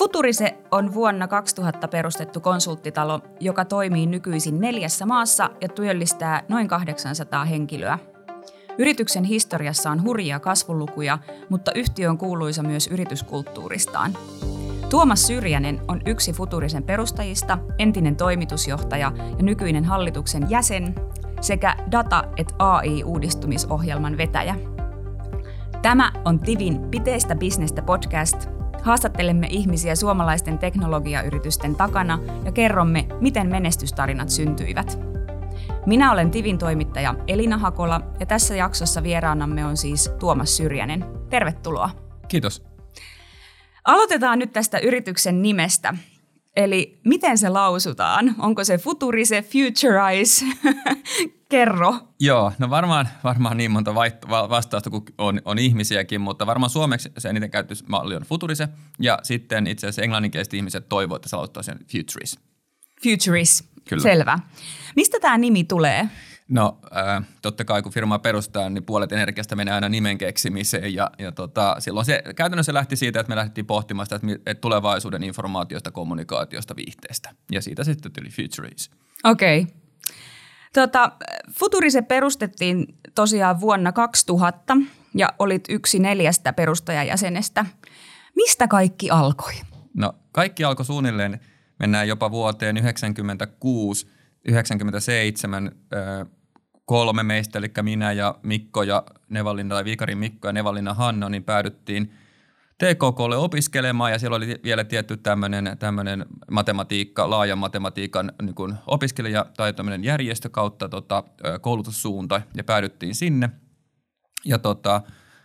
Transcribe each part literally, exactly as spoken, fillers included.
Futurise on vuonna kaksituhatta perustettu konsulttitalo, joka toimii nykyisin neljässä maassa ja työllistää noin kahdeksansataa henkilöä. Yrityksen historiassa on hurjia kasvulukuja, mutta yhtiö on kuuluisa myös yrityskulttuuristaan. Tuomas Syrjänen on yksi Futurisen perustajista, entinen toimitusjohtaja ja nykyinen hallituksen jäsen sekä Data et A I-uudistumisohjelman vetäjä. Tämä on Tivin Piteistä bisnestä podcast. Haastattelemme ihmisiä suomalaisten teknologiayritysten takana ja kerromme, miten menestystarinat syntyivät. Minä olen Tivin toimittaja Elina Hakola ja tässä jaksossa vieraanamme on siis Tuomas Syrjänen. Tervetuloa. Kiitos. Aloitetaan nyt tästä yrityksen nimestä. Eli miten se lausutaan? Onko se Futurise, Futurize? Kerro. Joo, no varmaan, varmaan niin monta vastausta kuin on, on ihmisiäkin, mutta varmaan suomeksi se eniten käyttömalli on Futurise ja sitten itse asiassa englanninkieliset ihmiset toivoo, että se lausutaan sen Futurize. Futurize, Kyllä. Selvä. Mistä tämä nimi tulee? No äh, totta kai kun firmaa perustaa, niin puolet energiasta menee aina nimen keksimiseen ja, ja tota, silloin se käytännössä lähti siitä, että me lähdettiin pohtimaan sitä, että tulevaisuuden informaatiosta, kommunikaatiosta, viihteestä ja siitä sitten tuli Futurize. Okei. Okay. Tota, Futurise perustettiin tosiaan vuonna kaksituhatta ja olit yksi neljästä perustajajäsenestä. Mistä kaikki alkoi? No kaikki alkoi suunnilleen, mennään jopa vuoteen yhdeksänkymmentäkuusi yhdeksänkymmentäseitsemän, kolme meistä, eli minä ja Mikko ja Nevanlinna, tai Viikarin Mikko ja Nevanlinna Hanna, niin päädyttiin T K K:lle opiskelemaan, ja siellä oli vielä tietty tämmöinen, tämmöinen matematiikka, laajan matematiikan niin kuin opiskelija tai tämmöinen järjestö kautta tota, koulutussuunta, ja päädyttiin sinne. Ja tota,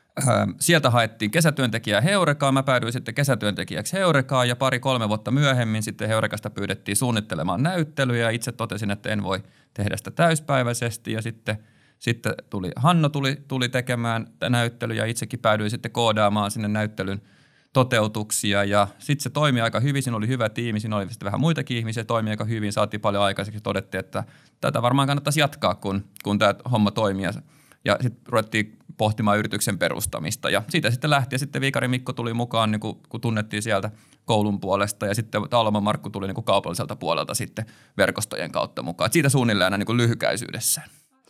sieltä haettiin kesätyöntekijää Heurekaan, mä päädyin sitten kesätyöntekijäksi Heurekaan, ja pari-kolme vuotta myöhemmin sitten Heurekasta pyydettiin suunnittelemaan näyttelyjä, ja itse totesin, että en voi tehdä sitä täyspäiväisesti, ja sitten Sitten tuli, Hanno tuli, tuli tekemään näyttelyjä ja itsekin päädyin sitten koodaamaan sinne näyttelyn toteutuksia ja sitten se toimi aika hyvin, siinä oli hyvä tiimi, siinä oli sitten vähän muitakin ihmisiä, toimi aika hyvin, saatiin paljon aikaiseksi, todettiin, että tätä varmaan kannattaisi jatkaa, kun, kun tämä homma toimii ja sitten ruvettiin pohtimaan yrityksen perustamista ja siitä sitten lähti ja sitten Viikari Mikko tuli mukaan, niin kun, kun tunnettiin sieltä koulun puolesta ja sitten Taulama Markku tuli niin kuin kaupalliselta puolelta sitten verkostojen kautta mukaan, et siitä suunnilleen aina niin kuin lyhykäisyydessään.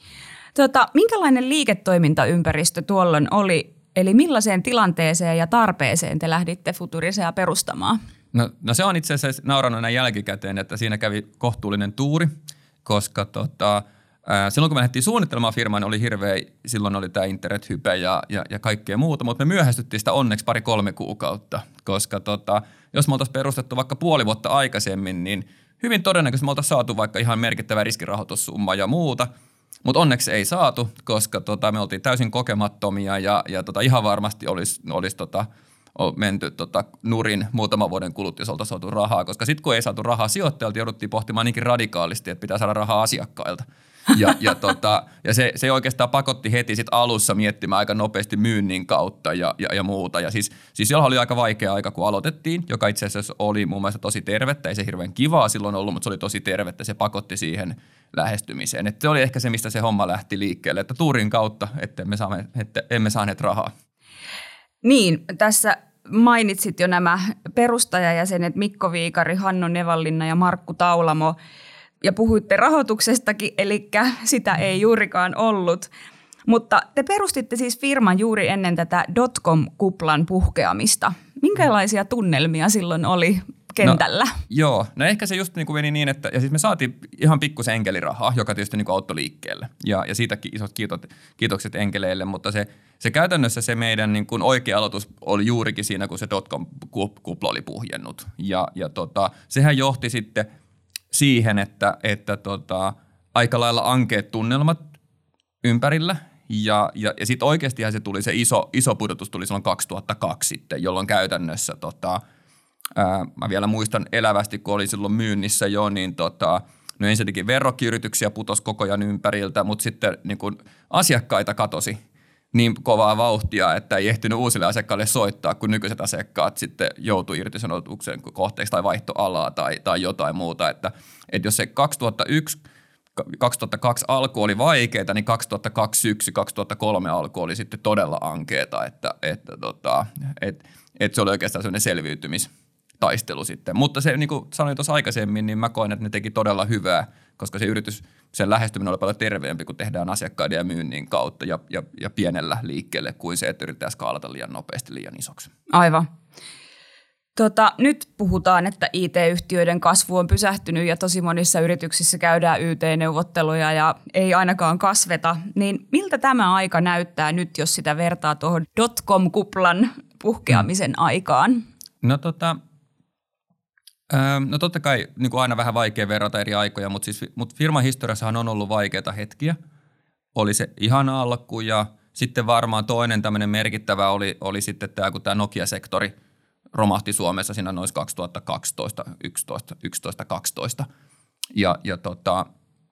Tota, minkälainen liiketoimintaympäristö tuolloin oli, eli millaiseen tilanteeseen ja tarpeeseen te lähditte Futurisea perustamaan? No, no se on itse asiassa naurannut näin jälkikäteen, että siinä kävi kohtuullinen tuuri, koska tota, ää, silloin kun me lähdettiin suunnittelemaan firmaa, niin oli hirveä, silloin oli tämä internet-hype ja, ja, ja kaikkea muuta, mutta me myöhästyttiin sitä onneksi pari-kolme kuukautta, koska tota, jos me oltaisiin perustettu vaikka puoli vuotta aikaisemmin, niin hyvin todennäköisesti me oltaisiin saatu vaikka ihan merkittävä riskirahoitussumma ja muuta. Mutta onneksi ei saatu, koska tota, me oltiin täysin kokemattomia ja, ja tota, ihan varmasti olisi, olisi tota, menty tota, nurin muutaman vuoden kuluttua, jos oltaisiin saatu rahaa. Koska sitten kun ei saatu rahaa sijoittajalta, jouduttiin pohtimaan niinkin radikaalisti, että pitää saada rahaa asiakkailta. Ja, ja, tota, ja se, se oikeastaan pakotti heti sit alussa miettimään aika nopeasti myynnin kautta ja, ja, ja muuta. Ja siis, siis jollain oli aika vaikea aika, kun aloitettiin, joka itse asiassa oli mun mielestä tosi tervettä. Ei se hirveän kivaa silloin ollut, mutta se oli tosi tervettä. Se pakotti siihen lähestymiseen. Et se oli ehkä se, mistä se homma lähti liikkeelle, että tuurin kautta, että emme, saamme, että emme saaneet rahaa. Niin, tässä mainitsit jo nämä perustajajäsenet Mikko Viikari, Hanno Nevanlinna ja Markku Taulamo. Ja puhuitte rahoituksestakin, eli sitä ei juurikaan ollut. Mutta te perustitte siis firman juuri ennen tätä dotcom-kuplan puhkeamista. Minkälaisia tunnelmia silloin oli kentällä? No, joo, no ehkä se just niin kuin meni niin, että ja siis me saatiin ihan pikkusen enkelirahaa, joka tietysti niin kuin auttoi liikkeelle. Ja, ja siitäkin isot kiitot, kiitokset enkeleille, mutta se, se käytännössä se meidän niin kuin oikea aloitus oli juurikin siinä, kun se dotcom-kupla oli puhjennut. Ja, ja tota, sehän johti sitten siihen, että, että tota, aika lailla ankeet tunnelmat ympärillä ja, ja, ja sitten oikeastihan se tuli se iso, iso pudotus tuli silloin kaksituhattakaksi sitten, jolloin käytännössä tota, ää, mä vielä muistan elävästi, kun oli silloin myynnissä jo, niin tota, no ensinnäkin verrokkiyrityksiä putosi koko ajan ympäriltä, mutta sitten niin kun asiakkaita katosi niin kovaa vauhtia, että ei ehtinyt uusille asiakkaille soittaa, kun nykyiset asiakkaat sitten joutui irtisanotuksen kohteeksi tai vaihtoalaa tai, tai jotain muuta. Että, että jos se kaksituhattayksi kaksituhattakaksi alku oli vaikeaa, niin kaksituhattakaksi syksy, kaksituhattakolme alku oli sitten todella ankeeta, että, että, tota, että, että se oli oikeastaan sellainen selviytymis, taistelu sitten. Mutta se, niin kuin sanoin tuossa aikaisemmin, niin mä koen, että ne teki todella hyvää, koska se yritys, sen lähestyminen oli paljon terveempi, kun tehdään asiakkaiden ja myynnin kautta ja, ja, ja pienellä liikkeelle kuin se, että yritetään skaalata liian nopeasti liian isoksi. Aivan. Tota, nyt puhutaan, että I T-yhtiöiden kasvu on pysähtynyt ja tosi monissa yrityksissä käydään Y T-neuvotteluja ja ei ainakaan kasveta. Niin miltä tämä aika näyttää nyt, jos sitä vertaa tuohon dotcom-kuplan puhkeamisen hmm. aikaan? No tota... No totta kai niin kuin aina vähän vaikea verrata eri aikoja, mutta, siis, mutta firman historiassahan on ollut vaikeita hetkiä. Oli se ihan alku ja sitten varmaan toinen tämmöinen merkittävä oli, oli sitten tämä, kun tämä Nokia-sektori romahti Suomessa siinä noin kaksituhattakaksitoista, yksitoista, yksitoista, kaksitoista. Ja, ja, tota,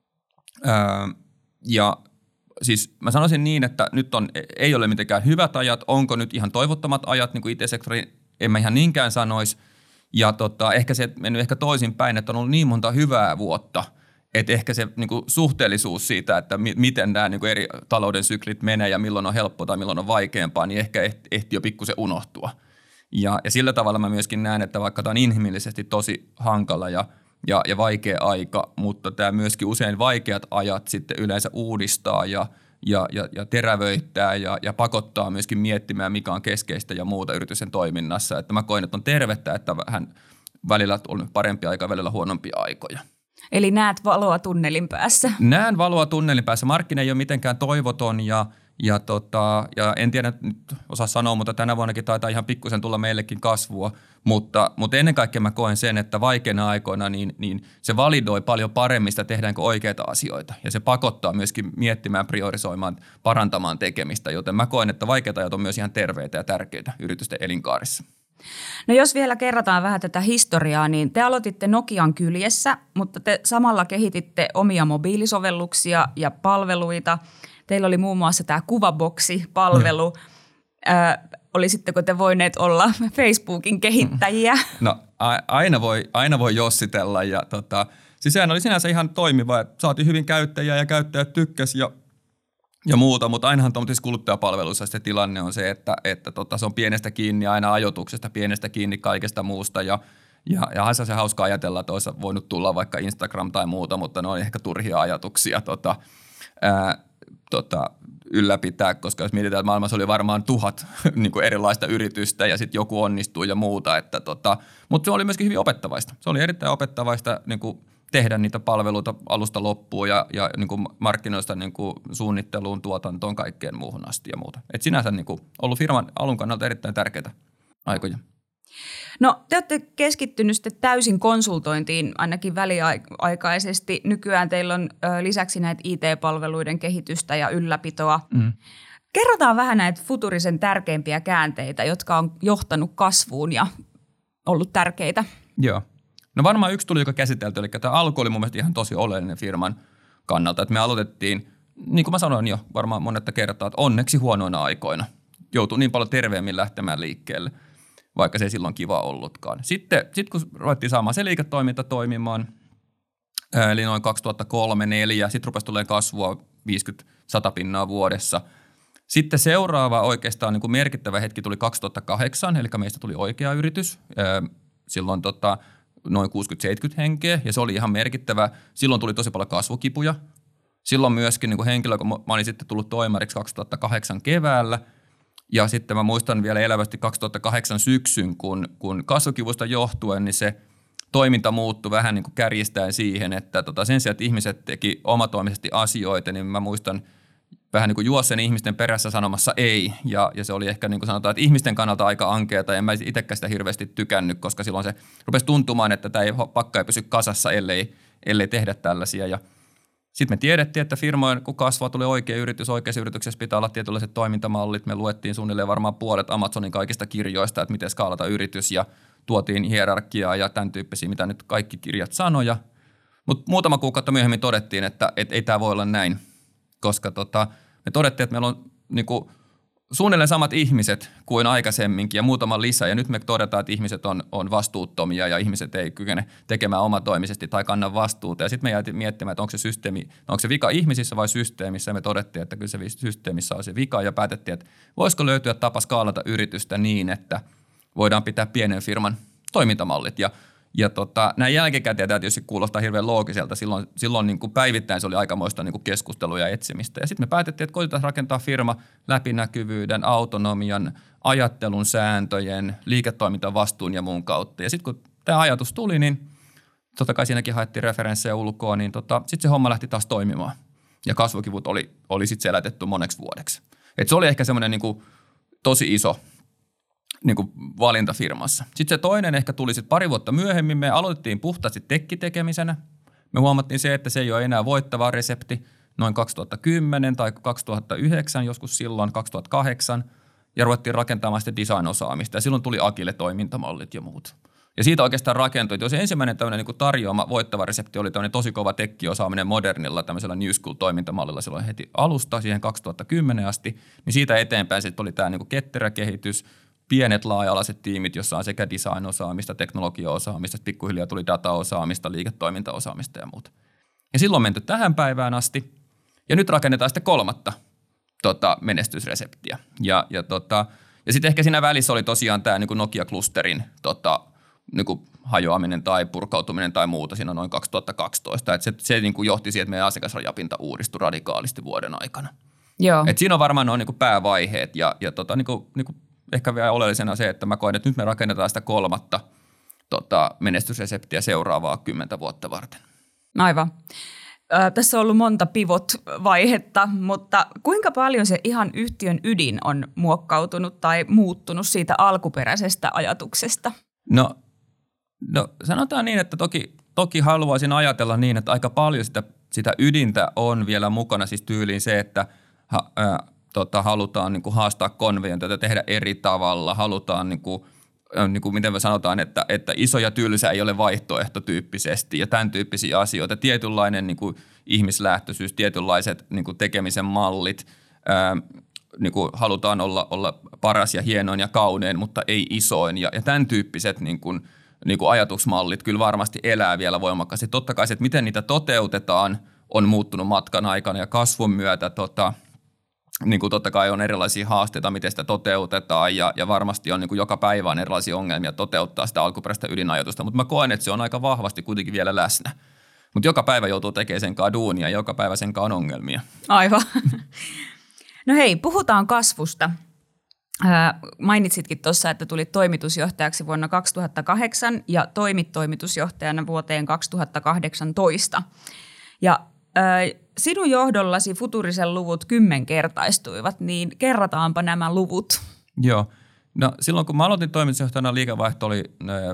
ää, ja siis mä sanoisin niin, että nyt on, ei ole mitenkään hyvät ajat, onko nyt ihan toivottomat ajat, niin kuin I T-sektori en mä ihan niinkään sanoisi. Ja tota, ehkä se mennyt ehkä toisinpäin, että on ollut niin monta hyvää vuotta, että ehkä se niin kuin suhteellisuus siitä, että mi- miten nämä niin kuin eri talouden syklit menee ja milloin on helppoa tai milloin on vaikeampaa, niin ehkä ehti jo pikkusen unohtua. Ja, ja sillä tavalla mä myöskin näen, että vaikka tämä on inhimillisesti tosi hankala ja, ja, ja vaikea aika, mutta tämä myöskin usein vaikeat ajat sitten yleensä uudistaa ja Ja, ja, ja terävöittää ja, ja pakottaa myöskin miettimään, mikä on keskeistä ja muuta yritysten toiminnassa. Että mä koen, että on tervettä, että vähän välillä on parempia aikoja, välillä huonompia aikoja. Eli näet valoa tunnelin päässä? Näen valoa tunnelin päässä. Markkina ei ole mitenkään toivoton ja, ja, tota, ja en tiedä, nyt osaa sanoa, mutta tänä vuonnakin taitaa ihan pikkusen tulla meillekin kasvua. Mutta, mutta ennen kaikkea mä koen sen, että vaikeina aikoina niin, niin se validoi paljon paremmin sitä, tehdäänkö oikeita asioita. Ja se pakottaa myöskin miettimään, priorisoimaan, parantamaan tekemistä. Joten mä koen, että vaikeat ajat on myös ihan terveitä ja tärkeitä yritysten elinkaarissa. No jos vielä kerrataan vähän tätä historiaa, niin te aloititte Nokian kyljessä, mutta te samalla kehititte omia mobiilisovelluksia ja palveluita. Teillä oli muun muassa tämä Kuvaboksi-palvelu. Äh, olisitteko te voineet olla Facebookin kehittäjiä? No aina voi, aina voi jossitella ja tota, siis sehän oli sinänsä ihan toimiva, että saatiin hyvin käyttäjiä ja käyttäjät tykkäs ja, ja muuta, mutta ainahan tuollaisissa kuluttajapalveluissa se tilanne on se, että, että tota, se on pienestä kiinni aina ajoituksesta, pienestä kiinni kaikesta muusta ja Ja, ja on se hauska ajatella, että olisi voinut tulla vaikka Instagram tai muuta, mutta ne on ehkä turhia ajatuksia tota, ää, tota, ylläpitää, koska jos mietitään, että maailmassa oli varmaan tuhat niin kuin erilaista yritystä ja sitten joku onnistuu ja muuta. Että, tota, mutta se oli myöskin hyvin opettavaista. Se oli erittäin opettavaista niin kuin tehdä niitä palveluita alusta loppuun ja, ja niin kuin markkinoista niin kuin suunnitteluun, tuotantoon, kaikkeen muuhun asti ja muuta. Et sinänsä niin kuin ollut firman alun kannalta erittäin tärkeitä aikoja. No te olette keskittynyt sitten täysin konsultointiin ainakin väliaikaisesti. Nykyään teillä on ö, lisäksi näitä I T-palveluiden kehitystä ja ylläpitoa. Mm. Kerrotaan vähän näitä Futurisen tärkeimpiä käänteitä, jotka on johtanut kasvuun ja ollut tärkeitä. Joo. No varmaan yksi tuli, joka käsitelty, eli tämä alku oli mun mielestä ihan tosi oleellinen firman kannalta. Että me aloitettiin, niin kuin mä sanoin jo varmaan monetta kertaa, että onneksi huonoina aikoina. Joutui niin paljon terveemmin lähtemään liikkeelle, vaikka se ei silloin kiva ollutkaan. Sitten sit kun ruvettiin saamaan se liiketoiminta toimimaan, eli noin kaksituhattakolme neljä, sitten rupesi tulemaan kasvua viisikymmentä sata pinnaa vuodessa. Sitten seuraava oikeastaan niin kuin merkittävä hetki tuli kaksituhattakahdeksan, eli meistä tuli oikea yritys. Silloin tota, noin kuusikymmentä seitsemänkymmentä henkeä, ja se oli ihan merkittävä. Silloin tuli tosi paljon kasvukipuja. Silloin myöskin niin kuin henkilö, kun mä olin sitten tullut toimariksi kaksituhattakahdeksan keväällä, ja sitten mä muistan vielä elävästi kaksituhattakahdeksan syksyn, kun, kun kasvukivusta johtuen, niin se toiminta muuttui vähän niin kuin kärjistäen siihen, että tota sen sijaan, että ihmiset teki omatoimisesti asioita, niin mä muistan vähän niin kuin juossen ihmisten perässä sanomassa ei. Ja, ja se oli ehkä niin kuin sanotaan, että ihmisten kannalta aika ankeata, en mä itsekään sitä hirveästi tykännyt, koska silloin se rupesi tuntumaan, että tämä ei, pakka ei pysy kasassa, ellei, ellei tehdä tällaisia. Ja sitten me tiedettiin, että firmojen, kun kasvaa, tuli oikea yritys, oikeassa yrityksessä pitää olla tietynlaiset toimintamallit. Me luettiin suunnilleen varmaan puolet Amazonin kaikista kirjoista, että miten skaalata yritys ja tuotiin hierarkiaa ja tämän tyyppisiä, mitä nyt kaikki kirjat sanoja. Mutta muutama kuukautta myöhemmin todettiin, että et, ei tämä voi olla näin, koska tota, me todettiin, että meillä on niinku suunnilleen samat ihmiset kuin aikaisemminkin ja muutama lisää. Ja nyt me todetaan, että ihmiset on, on vastuuttomia ja ihmiset ei kykene tekemään omatoimisesti tai kanna vastuuta. Ja sitten me jäätiin miettimään, että onko se, systeemi, onko se vika ihmisissä vai systeemissä. Ja me todettiin, että kyllä se systeemissä on se vika ja päätettiin, että voisiko löytyä tapa skaalata yritystä niin, että voidaan pitää pienen firman toimintamallit. Ja, ja tota, näin jälkikäteen tämä tietysti kuulostaa hirveän loogiselta. Silloin, silloin niin kuin päivittäin se oli aikamoista niin kuin keskustelua ja etsimistä. Ja sitten me päätettiin, että koitetaan rakentaa firma läpinäkyvyyden, autonomian, ajattelun sääntöjen, liiketoimintavastuun ja muun kautta. Ja sitten kun tämä ajatus tuli, niin totta kai siinäkin haettiin referenssejä ulkoa, niin tota, sitten se homma lähti taas toimimaan. Ja kasvukivut oli, oli sitten selätetty moneksi vuodeksi. Et se oli ehkä semmoinen niin kuin tosi iso niin kuin valinta firmassa. Sitten se toinen ehkä tuli sitten pari vuotta myöhemmin. Me aloitettiin puhtaasti tekkitekemisenä. Me huomattiin se, että se ei ole enää voittava resepti noin kaksituhattakymmenen tai kaksituhattayhdeksän, joskus silloin kaksituhattakahdeksan. Ja ruvettiin rakentamaan sitten design-osaamista. Ja silloin tuli agile-toimintamallit ja muut. Ja siitä oikeastaan rakentui. Jos ensimmäinen tämmöinen niin kuin tarjoama voittava resepti oli tämmöinen tosi kova tekkiosaaminen modernilla tämmöisellä New School-toimintamallilla silloin heti alusta siihen kaksituhattakymmenen asti, niin siitä eteenpäin sitten oli tämä niin kuin ketterä kehitys, pienet laaja-alaiset tiimit, jossa on sekä design-osaamista, teknologia-osaamista, pikkuhiljaa tuli data-osaamista, liiketoiminta-osaamista ja muuta. Ja silloin on menty tähän päivään asti ja nyt rakennetaan sitten kolmatta tota, menestysreseptiä. Ja, ja, tota, ja sitten ehkä siinä välissä oli tosiaan tämä niin kuin Nokia-klusterin tota, niin kuin hajoaminen tai purkautuminen tai muuta siinä noin kaksituhattakaksitoista. Että se se niin kuin johti siihen, että meidän asiakasrajapinta uudistui radikaalisti vuoden aikana. Joo. Et siinä on varmaan noin niin kuin päävaiheet ja, ja tota, niin kuin, niin kuin ehkä vielä oleellisena se, että mä koen, että nyt me rakennetaan sitä kolmatta tota, menestysreseptiä seuraavaa kymmentä vuotta varten. Aivan. Ö, tässä on ollut monta pivot-vaihetta, mutta kuinka paljon se ihan yhtiön ydin on muokkautunut tai muuttunut siitä alkuperäisestä ajatuksesta? No, no sanotaan niin, että toki, toki haluaisin ajatella niin, että aika paljon sitä, sitä ydintä on vielä mukana, siis tyyliin se, että ha, ä, tota, halutaan niin kuin haastaa konveijontia, tehdä eri tavalla, halutaan niin kuin, niin kuin miten me sanotaan, että, että iso ja tylsä ei ole vaihtoehto tyyppisesti ja tämän tyyppisiä asioita. Tietynlainen niin kuin ihmislähtöisyys, tietynlaiset niin kuin tekemisen mallit, ää, niin kuin halutaan olla, olla paras ja hienoin ja kaunein, mutta ei isoin. Ja, ja tämän tyyppiset niin kuin, niin kuin ajatusmallit kyllä varmasti elää vielä voimakkaasti. Totta kai se, että miten niitä toteutetaan, on muuttunut matkan aikana ja kasvun myötä tota, niin kuin totta kai on erilaisia haasteita, miten sitä toteutetaan ja, ja varmasti on niin kuin joka päivä on erilaisia ongelmia toteuttaa sitä alkuperäistä ydinajatusta, mutta mä koen, että se on aika vahvasti kuitenkin vielä läsnä. Mutta joka päivä joutuu tekemään sen kanssa duunia ja joka päivä sen kanssa on ongelmia. Aivan. No hei, puhutaan kasvusta. Ää, mainitsitkin tuossa, että tulit toimitusjohtajaksi vuonna kaksituhattakahdeksan ja toimit toimitusjohtajana vuoteen kaksituhattakahdeksantoista. Ja ää, sinun johdollasi Futurisen luvut kymmenkertaistuivat, niin kerrataanpa nämä luvut. Joo. No silloin kun mä aloitin toimitusjohtajana, liikevaihto oli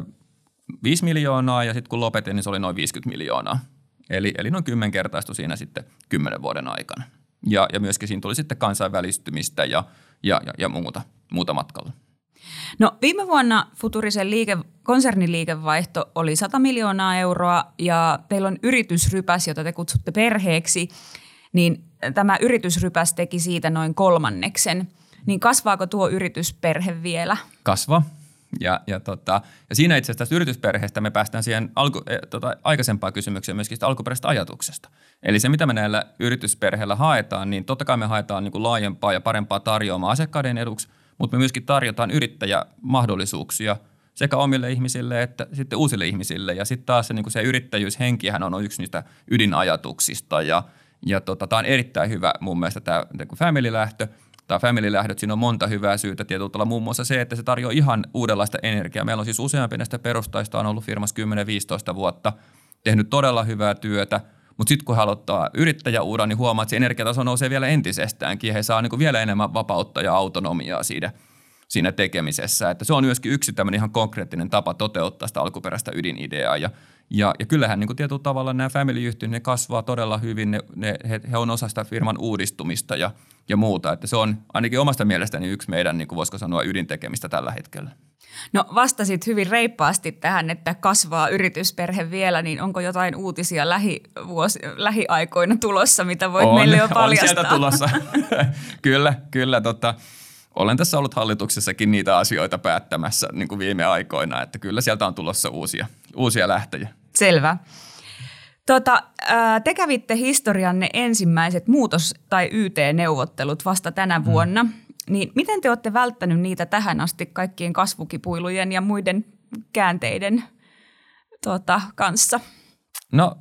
viisi miljoonaa ja sitten kun lopetin, niin se oli noin viisikymmentä miljoonaa. Eli, eli noin kymmenkertaistui siinä sitten kymmenen vuoden aikana. Ja, ja myöskin siinä tuli sitten kansainvälistymistä ja, ja, ja, ja muuta, muuta matkalla. No viime vuonna Futurisen liike, konserniliikevaihto oli sata miljoonaa euroa ja teillä on yritysrypäs, jota te kutsutte perheeksi, niin tämä yritysrypäs teki siitä noin kolmanneksen. Niin kasvaako tuo yritysperhe vielä? Kasvaa. Ja, ja, tota, ja siinä itse asiassa tästä yritysperheestä me päästään siihen alku, e, tota, aikaisempaan kysymykseen myöskin sitä alkuperäisestä ajatuksesta. Eli se, mitä me näillä yritysperheillä haetaan, niin totta kai me haetaan niin kuin laajempaa ja parempaa tarjoamaa asiakkaiden eduksi, mutta me myöskin tarjotaan yrittäjämahdollisuuksia sekä omille ihmisille että sitten uusille ihmisille. Ja sitten taas se, niin kuin se yrittäjyyshenkihän on yksi niistä ydinajatuksista ja, ja tota, tämä on erittäin hyvä mun mielestä tämä family-lähtö. Tai family-lähdöt, siinä on monta hyvää syytä tietyllä tavalla, muun muassa se, että se tarjoaa ihan uudenlaista energiaa. Meillä on siis useampi näistä perustajista on ollut firmassa kymmenen viisitoista vuotta, tehnyt todella hyvää työtä, mutta sitten kun he aloittaa yrittäjäuran, niin huomaa, että se energiataso nousee vielä entisestäänkin ja he saa niin kuin vielä enemmän vapautta ja autonomiaa siinä, siinä tekemisessä. Että se on myöskin yksi tämmöinen ihan konkreettinen tapa toteuttaa sitä alkuperäistä ydinideaa ja Ja, ja kyllähän niin kuin tietyllä tavalla nämä family-yhtiöt, ne kasvaa todella hyvin, ne, ne, he, he on osa sitä firman uudistumista ja, ja muuta. Että se on ainakin omasta mielestäni yksi meidän, niin kuin voisiko sanoa, ydintekemistä tällä hetkellä. No vastasit hyvin reippaasti tähän, että kasvaa yritysperhe vielä, niin onko jotain uutisia lähivuosi, lähiaikoina tulossa, mitä voit on, meille jo paljastaa? On sieltä tulossa. kyllä, kyllä. Tota, olen tässä ollut hallituksessakin niitä asioita päättämässä niin kuin viime aikoina, että kyllä sieltä on tulossa uusia, uusia lähtöjä. Selvä. Tota, te kävitte historianne ensimmäiset muutos- tai Y T-neuvottelut vasta tänä vuonna. Hmm. Niin miten te olette välttänyt niitä tähän asti kaikkien kasvukipuilujen ja muiden käänteiden tuota, kanssa? No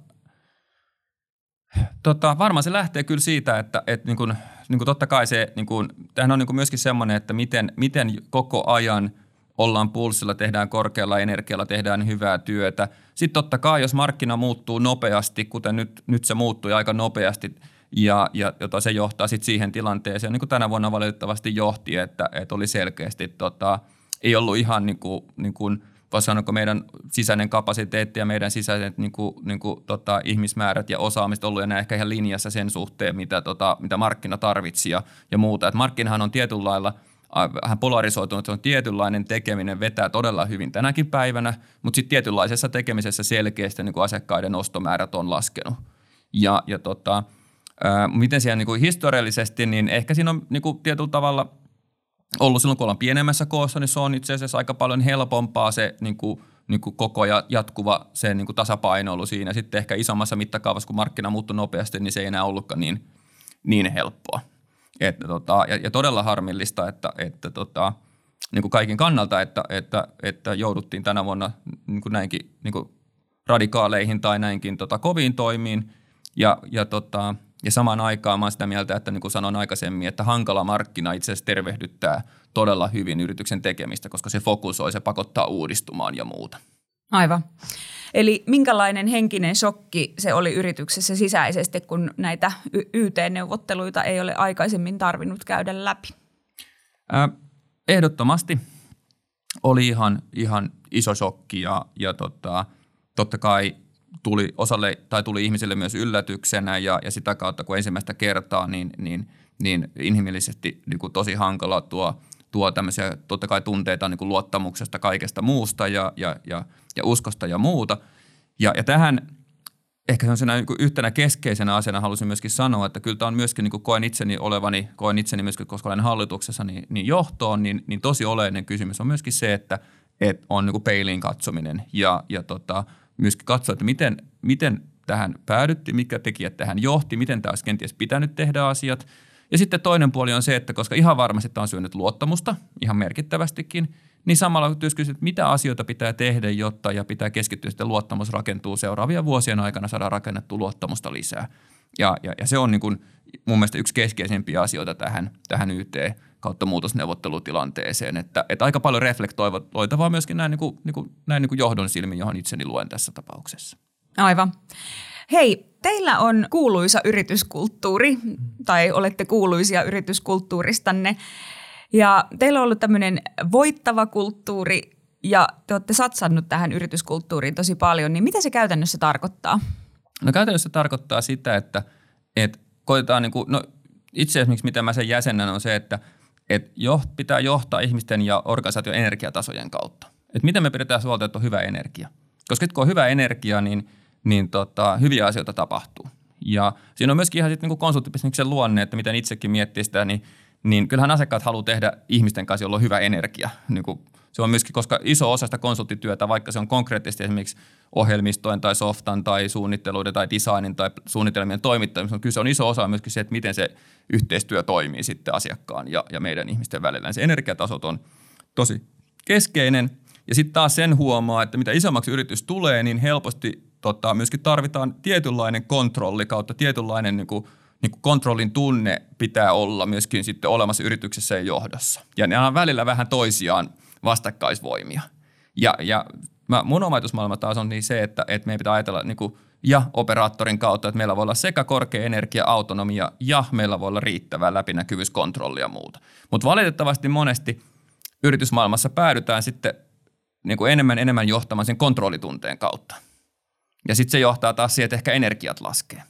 tota, varmaan se lähtee kyllä siitä, että et, niin kun, niin kun totta kai se, niin kun, tämähän on niin kun myöskin semmoinen, että miten, miten koko ajan ollaan pulssilla, tehdään korkealla energialla, tehdään hyvää työtä. Sitten totta kai, jos markkina muuttuu nopeasti, kuten nyt, nyt se muuttui aika nopeasti, ja, ja jota se johtaa sitten siihen tilanteeseen, niin kuin tänä vuonna valitettavasti johti, että, että oli selkeästi, tota, ei ollut ihan niin kuin, niin kuin voisi sanoa, meidän sisäinen kapasiteetti ja meidän sisäiset niin kuin, niin kuin, tota, ihmismäärät ja osaamiset ollut enää ehkä ihan linjassa sen suhteen, mitä, tota, mitä markkina tarvitsi ja, ja muuta. Et markkinahan on tietyllä lailla vähän polarisoitunut, se on tietynlainen tekeminen, vetää todella hyvin tänäkin päivänä, mutta sitten tietynlaisessa tekemisessä selkeästi niin kuin asiakkaiden ostomäärät on laskenut. Ja, ja tota, ää, miten siellä niin kuin historiallisesti, niin ehkä siinä on niin kuin tietyllä tavalla ollut silloin, kun ollaan pienemmässä koossa, niin se on itse asiassa aika paljon helpompaa se niin kuin, niin kuin koko ajan jatkuva se niin kuin tasapainoilu siinä. Sitten ehkä isommassa mittakaavassa, kun markkina muuttui nopeasti, niin se ei enää ollutkaan niin, niin helppoa. Että, tota, ja, ja todella harmillista, että, että tota, niin kuin kaikin kannalta, että, että, että jouduttiin tänä vuonna niin kuin näinkin niin kuin radikaaleihin tai näinkin tota, koviin toimiin. Ja, ja, tota, ja samaan aikaan mä oon sitä mieltä, että niin kuin sanoin aikaisemmin, että hankala markkina itse asiassa tervehdyttää todella hyvin yrityksen tekemistä, koska se fokusoi, se pakottaa uudistumaan ja muuta. Aivan. Eli minkälainen henkinen shokki se oli yrityksessä sisäisesti, kun näitä Y T-neuvotteluita ei ole aikaisemmin tarvinnut käydä läpi? Ää, ehdottomasti oli ihan, ihan iso shokki ja, ja tota, totta kai tuli osalle tai tuli ihmisille myös yllätyksenä ja, ja sitä kautta, kun ensimmäistä kertaa, niin, niin, niin inhimillisesti niin kuin tosi hankala tuo, tuo tämmöisiä totta kai tunteita niin kuin luottamuksesta kaikesta muusta ja, ja, ja, ja uskosta ja muuta. Ja, ja tähän ehkä sellaisena niin kuin yhtenä keskeisenä asiana halusin myöskin sanoa, että kyllä tämä on myöskin, niin kuin koen itseni olevani, koen itseni myöskin, koska olen hallituksessa, niin, niin johtoon, niin, niin tosi oleellinen kysymys on myöskin se, että, että on niin kuin peiliin katsominen ja, ja tota, myöskin katsoa, että miten, miten tähän päädyttiin, mitkä tekijät tähän johti, miten tämä olisi kenties pitänyt tehdä asiat. Ja sitten toinen puoli on se, että koska ihan varmasti tämä on syönyt luottamusta, ihan merkittävästikin, niin samalla kysyt, että mitä asioita pitää tehdä, jotta ja pitää keskittyä, että luottamus rakentuu seuraavien vuosien aikana, saadaan rakennettua luottamusta lisää. Ja, ja, ja se on niin kuin mun mielestä yksi keskeisimpiä asioita tähän, tähän Y T kautta muutosneuvottelutilanteeseen, että, että aika paljon reflektoitavaa myöskin näin, niin kuin, niin kuin, näin niin kuin johdon silmin, johon itseni luen tässä tapauksessa. Aivan. Hei, teillä on kuuluisa yrityskulttuuri, tai olette kuuluisia yrityskulttuuristanne, ja teillä on ollut tämmöinen voittava kulttuuri, ja te olette satsannut tähän yrityskulttuuriin tosi paljon, niin mitä se käytännössä tarkoittaa? No käytännössä se tarkoittaa sitä, että, että koetaan, niin kuin, no itse asiassa mitä mä sen jäsenän on se, että, että jo, pitää johtaa ihmisten ja organisaation energiatasojen kautta. Että miten me pidetään huolta, että on hyvä energia. Koska kun on hyvä energia, niin niin tota, hyviä asioita tapahtuu. Ja siinä on myöskin ihan sitten niin konsulttibisneksen luonne, että miten itsekin miettii sitä, niin, niin kyllähän asiakkaat haluaa tehdä ihmisten kanssa, jolla on hyvä energia. Niin kuin se on myöskin, koska iso osa sitä konsulttityötä, vaikka se on konkreettisesti esimerkiksi ohjelmistojen tai softan tai suunnitteluiden tai designin tai suunnitelmien toimittamisen, kyllä se on iso osa myöskin se, että miten se yhteistyö toimii sitten asiakkaan ja, ja meidän ihmisten välillä. Se energiatasot on tosi keskeinen. Ja sitten taas sen huomaa, että mitä isommaksi yritys tulee, niin helposti Tota, myöskin tarvitaan tietynlainen kontrolli kautta tietynlainen niin kuin, niin kuin kontrollin tunne pitää olla myöskin sitten olemassa yrityksessä ja johdossa. Ja ne on välillä vähän toisiaan vastakkaisvoimia. Ja, ja mä, mun omatusmaailma taas on niin se, että, että meidän pitää ajatella niin kuin, ja operaattorin kautta, että meillä voi olla sekä korkea energia, autonomia ja meillä voi olla riittävää läpinäkyvyys, kontrolli ja muuta. Mutta valitettavasti monesti yritysmaailmassa päädytään sitten niin kuin enemmän enemmän johtamaan sen kontrollitunteen kautta. Ja sitten se johtaa taas siihen, että ehkä energiat laskee.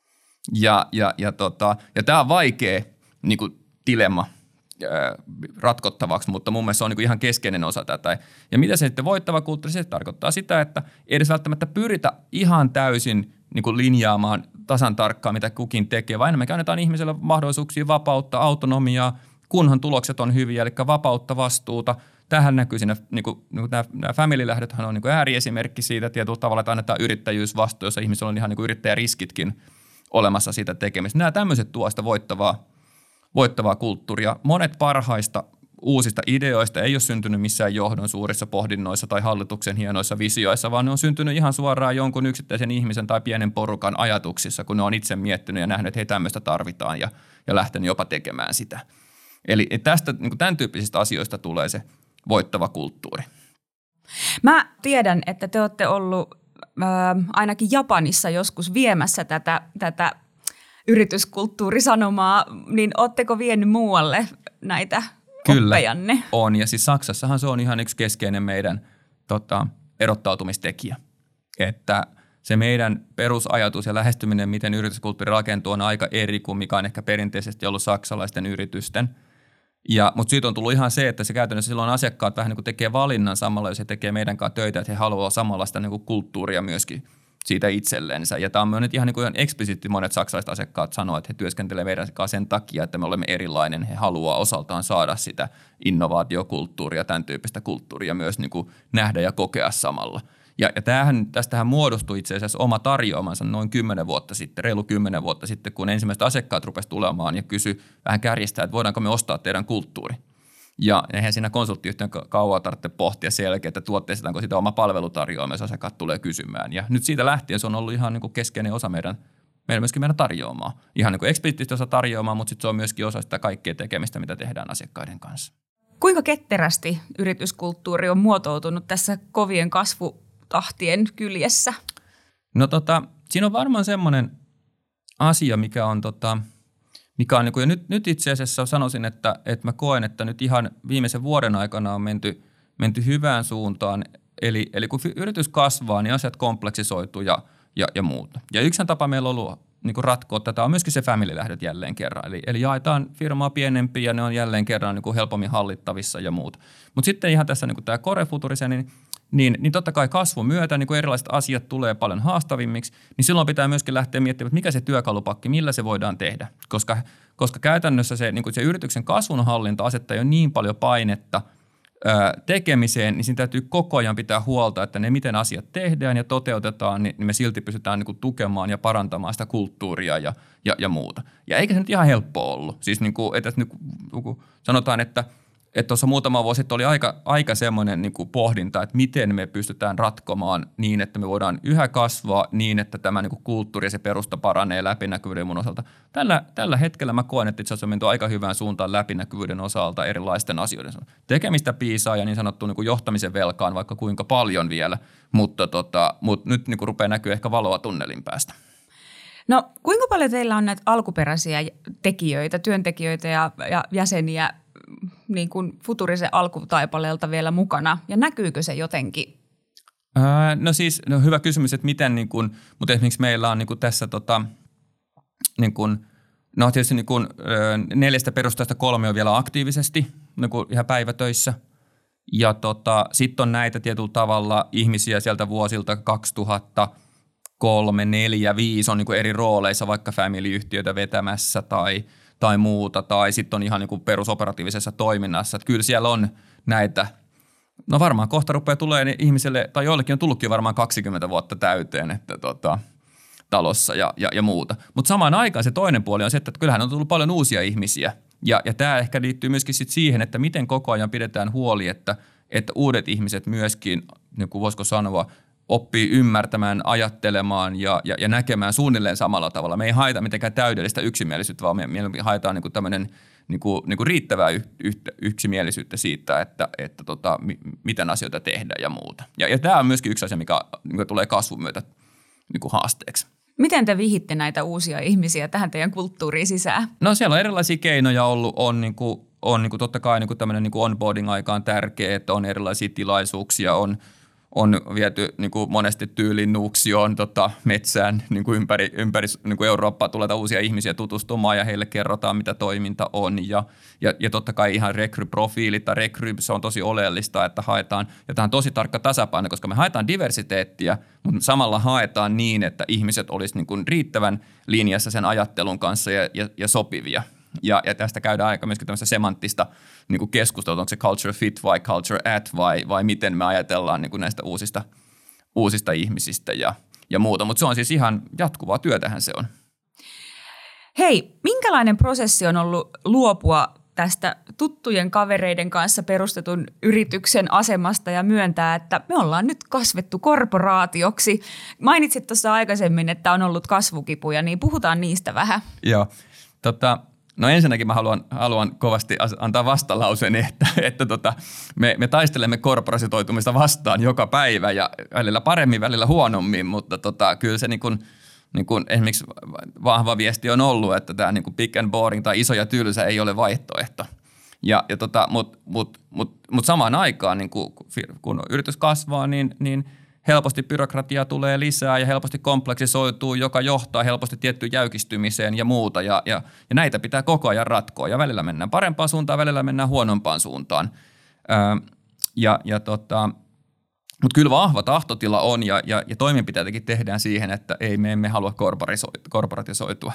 Ja, ja, ja, tota, ja tämä on vaikea niin kuin dilemma ää, ratkottavaksi, mutta mun mielestä se on niin kuin ihan keskeinen osa tätä. Ja mitä se sitten voittava kulttuuri, se tarkoittaa sitä, että ei edes välttämättä pyritä ihan täysin niin kuin linjaamaan tasan tarkkaan, mitä kukin tekee, vaan enemmänkin annetaan ihmiselle mahdollisuuksia vapautta, autonomiaa, kunhan tulokset on hyviä, eli vapautta, vastuuta. Tähän näkyy siinä, niin kuin, niin kuin nämä, nämä family-lähdöthän on niin kuin ääriesimerkki siitä tietyllä tavalla, että annetaan yrittäjyysvastuu, jossa ihmisillä on ihan niin kuin yrittäjäriskitkin olemassa siitä tekemistä. Nämä tämmöiset tuo sitä voittavaa, voittavaa kulttuuria. Monet parhaista uusista ideoista ei ole syntynyt missään johdon suurissa pohdinnoissa tai hallituksen hienoissa visioissa, vaan ne on syntynyt ihan suoraan jonkun yksittäisen ihmisen tai pienen porukan ajatuksissa, kun ne on itse miettinyt ja nähnyt, että hei, tämmöistä tarvitaan ja, ja lähtenyt jopa tekemään sitä. Eli tästä, niin kuin tämän tyyppisistä asioista tulee se voittava kulttuuri. Mä tiedän, että te olette ollut äh, ainakin Japanissa joskus viemässä tätä, tätä yrityskulttuurisanomaa, niin ootteko vienyt muualle näitä Kyllä, oppejanne? on. Ja siis Saksassahan se on ihan yksi keskeinen meidän tota, erottautumistekijä, että se meidän perusajatus ja lähestyminen, miten yrityskulttuuri rakentuu, on aika eri kuin mikä on ehkä perinteisesti ollut saksalaisten yritysten. Ja, mutta siitä on tullut ihan se, että se käytännössä silloin asiakkaat vähän niin kuin tekee valinnan samalla, jos he tekee meidän kanssa töitä, että he haluavat samanlaista niin kuin kulttuuria myöskin siitä itsellensä. Ja tämä on nyt ihan, niin kuin ihan eksplisiitti monet saksalaiset asiakkaat sanoo, että he työskentelevät meidän kanssa sen takia, että me olemme erilainen. He haluaa osaltaan saada sitä innovaatiokulttuuria, tämän tyyppistä kulttuuria myös niin kuin nähdä ja kokea samalla. Ja, ja tämähän, tästähän muodostui itse asiassa oma tarjoamansa noin kymmenen vuotta sitten, reilu kymmenen vuotta sitten, kun ensimmäiset asiakkaat rupesivat tulemaan ja kysyi vähän kärjistää, että voidaanko me ostaa teidän kulttuuri. Ja eihän siinä konsulttiyhtiön kauan tarvitse pohtia selkeä, että tuotteistetaanko sitä oma palvelutarjoama, jos asiakkaat tulee kysymään. Ja nyt siitä lähtien se on ollut ihan niin kuin keskeinen osa meidän, meidän myöskin meidän tarjoamaa. Ihan niin kuin eksplisiittisesti osa tarjoamaa, mutta sitten se on myöskin osa sitä kaikkea tekemistä, mitä tehdään asiakkaiden kanssa. Kuinka ketterästi yrityskulttuuri on muotoutunut tässä kovien kasvutahtien kyljessä? No tota, siinä on varmaan semmoinen asia, mikä on tota, mikä on niin kuin, ja nyt, nyt itse asiassa sanoisin, että, että mä koen, että nyt ihan viimeisen vuoden aikana on menty, menty hyvään suuntaan. Eli, eli kun yritys kasvaa, niin asiat kompleksisoituu ja, ja, ja muuta. Ja yksi tapa meillä on ollut niin kuin ratkoa tätä on myöskin se family-lähdöt jälleen kerran. Eli, eli jaetaan firmaa pienempiä ja ne on jälleen kerran niin kuin helpommin hallittavissa ja muuta. Mutta sitten ihan tässä niin kuin tämä Core Futurisen, niin Niin, niin totta kai kasvun myötä, niin kun erilaiset asiat tulee paljon haastavimmiksi, niin silloin pitää myöskin lähteä miettimään, että mikä se työkalupakki, millä se voidaan tehdä. Koska, koska käytännössä se, niin kun se yrityksen kasvunhallinta asettaa jo niin paljon painetta ää, tekemiseen, niin siinä täytyy koko ajan pitää huolta, että ne miten asiat tehdään ja toteutetaan, niin, niin me silti pystytään niin kun tukemaan ja parantamaan sitä kulttuuria ja, ja, ja muuta. Ja eikä se nyt ihan helppoa ollut. Siis niin kun, että nyt kun sanotaan, että Että tuossa muutama vuosi sitten oli aika, aika semmoinen niin kuin pohdinta, että miten me pystytään ratkomaan niin, että me voidaan yhä kasvaa niin, että tämä niin kuin kulttuuri ja se perusta paranee läpinäkyvyyden mun osalta. Tällä, tällä hetkellä mä koen, että itse asiassa on menty aika hyvään suuntaan läpinäkyvyyden osalta erilaisten asioiden. Tekemistä piisaa ja niin sanottu niin kuin johtamisen velkaan vaikka kuinka paljon vielä, mutta, tota, mutta nyt niin kuin rupeaa näkyä ehkä valoa tunnelin päästä. No kuinka paljon teillä on näitä alkuperäisiä tekijöitä, työntekijöitä ja, ja jäseniä niin kuin Futurisen alkutaipaleelta vielä mukana, ja näkyykö se jotenkin? Ää, no siis, no hyvä kysymys, että miten, niin kuin, mutta esimerkiksi meillä on niin kuin tässä, tota, niin kuin, no tietysti niin kuin, neljästä perustajasta kolme on vielä aktiivisesti niin kuin ihan päivätöissä, ja tota, sitten on näitä tietyllä tavalla ihmisiä sieltä vuosilta kaksituhattakolme, neljä, viisi on niin kuin eri rooleissa, vaikka family-yhtiöitä vetämässä tai tai muuta, tai sitten on ihan niin kuin perusoperatiivisessa toiminnassa. Että kyllä siellä on näitä, no varmaan kohta rupeaa tulee ihmiselle, tai joillekin on tullutkin varmaan kaksikymmentä vuotta täyteen, että tota, talossa ja, ja, ja muuta. Mutta samaan aikaan se toinen puoli on se, että kyllähän on tullut paljon uusia ihmisiä, ja, ja tämä ehkä liittyy myöskin sit siihen, että miten koko ajan pidetään huoli, että, että uudet ihmiset myöskin, niin kuin voisiko sanoa, oppii ymmärtämään, ajattelemaan ja, ja, ja näkemään suunnilleen samalla tavalla. Me ei haeta mitenkään täydellistä yksimielisyyttä, vaan me, me haetaan niin kuin tämmöinen niin kuin, niin kuin riittävää y, y, yksimielisyyttä siitä, että, että tota, mi, miten asioita tehdään ja muuta. Ja, ja tämä on myöskin yksi asia, mikä, mikä tulee kasvun myötä niin kuin haasteeksi. Miten te vihitte näitä uusia ihmisiä tähän teidän kulttuuriin sisään? No siellä on erilaisia keinoja ollut, on niin kuin, on niin kuin totta kai niin kuin tämmöinen niin kuin onboarding-aika on tärkeä, että on erilaisia tilaisuuksia, on on viety niin kuin monesti tyyliin Nuuksioon tota, metsään niin kuin ympäri, ympäri niin kuin Eurooppaa tulee uusia ihmisiä tutustumaan ja heille kerrotaan, mitä toiminta on. Ja, ja, ja totta kai ihan rekryprofiilit tai rekry, se on tosi oleellista, että haetaan, ja tämä on tosi tarkka tasapaino, koska me haetaan diversiteettiä, mutta samalla haetaan niin, että ihmiset olisi niin kuin riittävän linjassa sen ajattelun kanssa ja, ja, ja sopivia. Ja, ja tästä käydään aika myöskin tämmöistä semanttista niin kuin keskustelua, onko se culture fit vai culture at vai, vai miten me ajatellaan niin kuin näistä uusista, uusista ihmisistä ja, ja muuta. Mutta se on siis ihan jatkuvaa työtähän se on. Hei, minkälainen prosessi on ollut luopua tästä tuttujen kavereiden kanssa perustetun yrityksen asemasta ja myöntää, että me ollaan nyt kasvettu korporaatioksi. Mainitsit tuossa aikaisemmin, että on ollut kasvukipuja, niin puhutaan niistä vähän. Joo, tota, no ensinnäkin mä haluan, haluan kovasti antaa vastalauseen, että, että tota, me, me taistelemme korporatisoitumista vastaan joka päivä ja välillä paremmin, välillä huonommin, mutta tota, kyllä se niin kuin, niin kuin esimerkiksi vahva viesti on ollut, että tämä niin kuin big and boring tai iso ja tylsä ei ole vaihtoehto. Ja, ja tota, Mutta mut, mut, mut samaan aikaan, niin kun, kun yritys kasvaa, niin, niin helposti byrokratiaa tulee lisää ja helposti kompleksisoituu, joka johtaa helposti tiettyyn jäykistymiseen ja muuta. Ja, ja, ja näitä pitää koko ajan ratkoa ja välillä mennään parempaan suuntaan, välillä mennään huonompaan suuntaan. Öö, ja, ja tota, Mutta kyllä vahva tahtotila on ja, ja, ja toimenpiteitäkin tehdään siihen, että ei me emme halua korporatisoitua.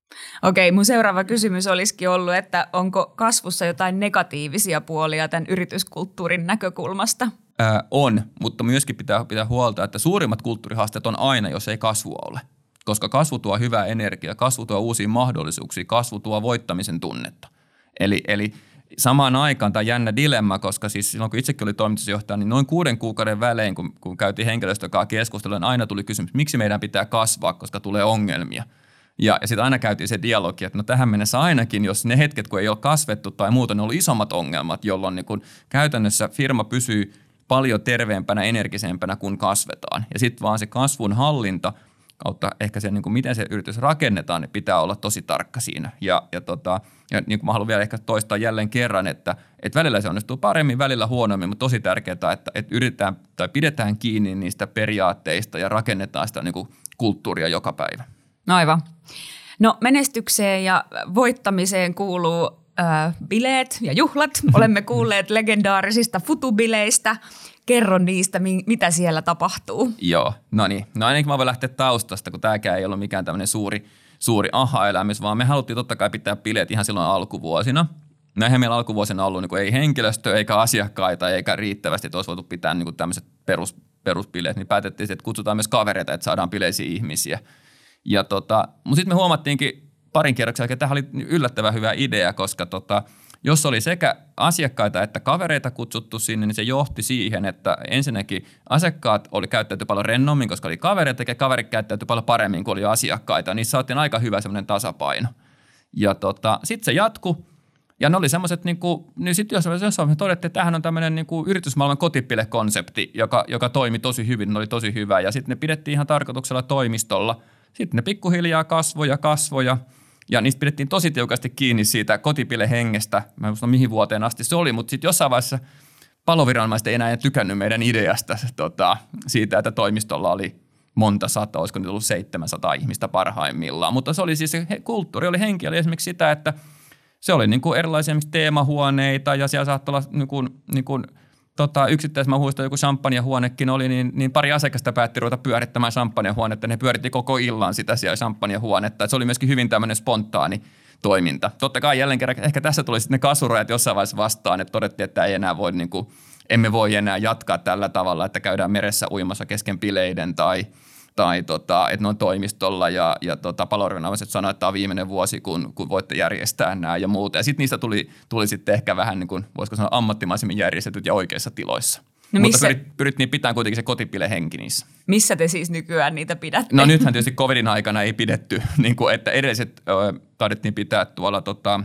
Okei, mun seuraava kysymys olisikin ollut, että onko kasvussa jotain negatiivisia puolia tämän yrityskulttuurin näkökulmasta? Ää, on, mutta myöskin pitää pitää huolta, että suurimmat kulttuurihaasteet on aina, jos ei kasvua ole. Koska kasvu tuo hyvää energiaa, kasvu tuo uusia mahdollisuuksia, kasvu tuo voittamisen tunnetta. Eli, eli samaan aikaan tämä jännä dilemma, koska siis silloin kun itsekin oli toimitusjohtaja, niin noin kuuden kuukauden välein, kun, kun käytiin henkilöstön kanssa keskustelua, niin aina tuli kysymys, miksi meidän pitää kasvaa, koska tulee ongelmia. Ja, ja sitten aina käytiin se dialogi, että no tähän mennessä ainakin, jos ne hetket, kun ei ole kasvettu tai muuta, ne on ollut isommat ongelmat, jolloin niin kun käytännössä firma pysyy paljon terveempänä, energisempänä, kun kasvetaan. Ja sitten vaan se kasvun hallinta kautta ehkä se, niin kuin miten se yritys rakennetaan, niin pitää olla tosi tarkka siinä. Ja, ja, tota, ja niin kuin mä haluan vielä ehkä toistaa jälleen kerran, että, että välillä se onnistuu paremmin, välillä huonommin, mutta tosi tärkeää, että, että yritetään tai pidetään kiinni niistä periaatteista ja rakennetaan sitä niin kuin kulttuuria joka päivä. Aivan. No menestykseen ja voittamiseen kuuluu äh, bileet ja juhlat. Olemme kuulleet legendaarisista futubileistä. Kerro niistä, mitä siellä tapahtuu. Joo, no niin. No ainakin mä voin lähteä taustasta, kun tämäkään ei ollut mikään tämmöinen suuri, suuri aha-elämys, vaan me haluttiin totta kai pitää bileet ihan silloin alkuvuosina. Näinhän meillä alkuvuosina ollut niin kuin ei henkilöstöä eikä asiakkaita eikä riittävästi, että olisi voitu pitää niin kuin tämmöiset perus, perusbileet, niin päätettiin, että kutsutaan myös kavereita, että saadaan bileisiä ihmisiä. Ja tota, mutta sitten me huomattiinkin parin kierroksen jälkeen, että tämä oli yllättävän hyvä idea, koska tota, jos oli sekä asiakkaita että kavereita kutsuttu sinne, niin se johti siihen, että ensinnäkin asiakkaat oli käyttäyty paljon rennommin, koska oli kavereita, ja kaverit käyttäytyi paljon paremmin kuin oli asiakkaita. Niissä saatiin aika hyvä semmoinen tasapaino. Ja tota, sitten se jatkui. Ja ne oli semmoiset, niin kuin, niin sitten jos jossain me todettiin, että tämähän on tämmöinen niin kuin yritysmaailman kotipile-konsepti, joka, joka toimi tosi hyvin, ne oli tosi hyvä. Ja sitten ne pidettiin ihan tarkoituksella toimistolla. Sitten ne pikkuhiljaa kasvoja, kasvoja. Ja niistä pidettiin tosi tiukasti kiinni siitä kotipile-hengestä. Mä en muista mihin vuoteen asti se oli, mutta sitten jossain vaiheessa paloviranomaiset ei enää tykännyt meidän ideasta tota, siitä, että toimistolla oli monta sata, olisiko niitä ollut seitsemänsataa ihmistä parhaimmillaan. Mutta se oli siis, se kulttuuri oli henki, oli esimerkiksi sitä, että se oli niin kuin erilaisia teemahuoneita ja siellä saattoi olla niin kuin, niin kuin, tota, yksittäisessä mä muistan joku champagnehuonekin oli, niin, niin pari asiakasta päätti ruveta pyörittämään champagnehuonetta. Ne pyöritti koko illan sitä siellä champagnehuonetta. Se oli myöskin hyvin tämmöinen spontaani toiminta. Totta kai jälleen kerran, ehkä tässä tuli sitten ne kasurajat jossain vaiheessa vastaan, että todettiin, että ei enää voi, niin kuin, emme voi enää jatkaa tällä tavalla, että käydään meressä uimassa kesken bileiden tai tai tota, että ne on toimistolla ja, ja tota, paloviranomaiset sanoivat, että tämä on viimeinen vuosi, kun, kun voitte järjestää nämä ja muuta. Ja sitten niistä tuli, tuli sitten ehkä vähän niin kuin, voisiko sanoa, ammattimaisemmin järjestetyt ja oikeissa tiloissa. No mutta pyrit, pyrittiin pitämään kuitenkin se kotipile-henki niissä. Missä te siis nykyään niitä pidätte? No nythän tietysti covidin aikana ei pidetty, niin kuin, että edelliset ö, taidettiin pitää tuolla, tota,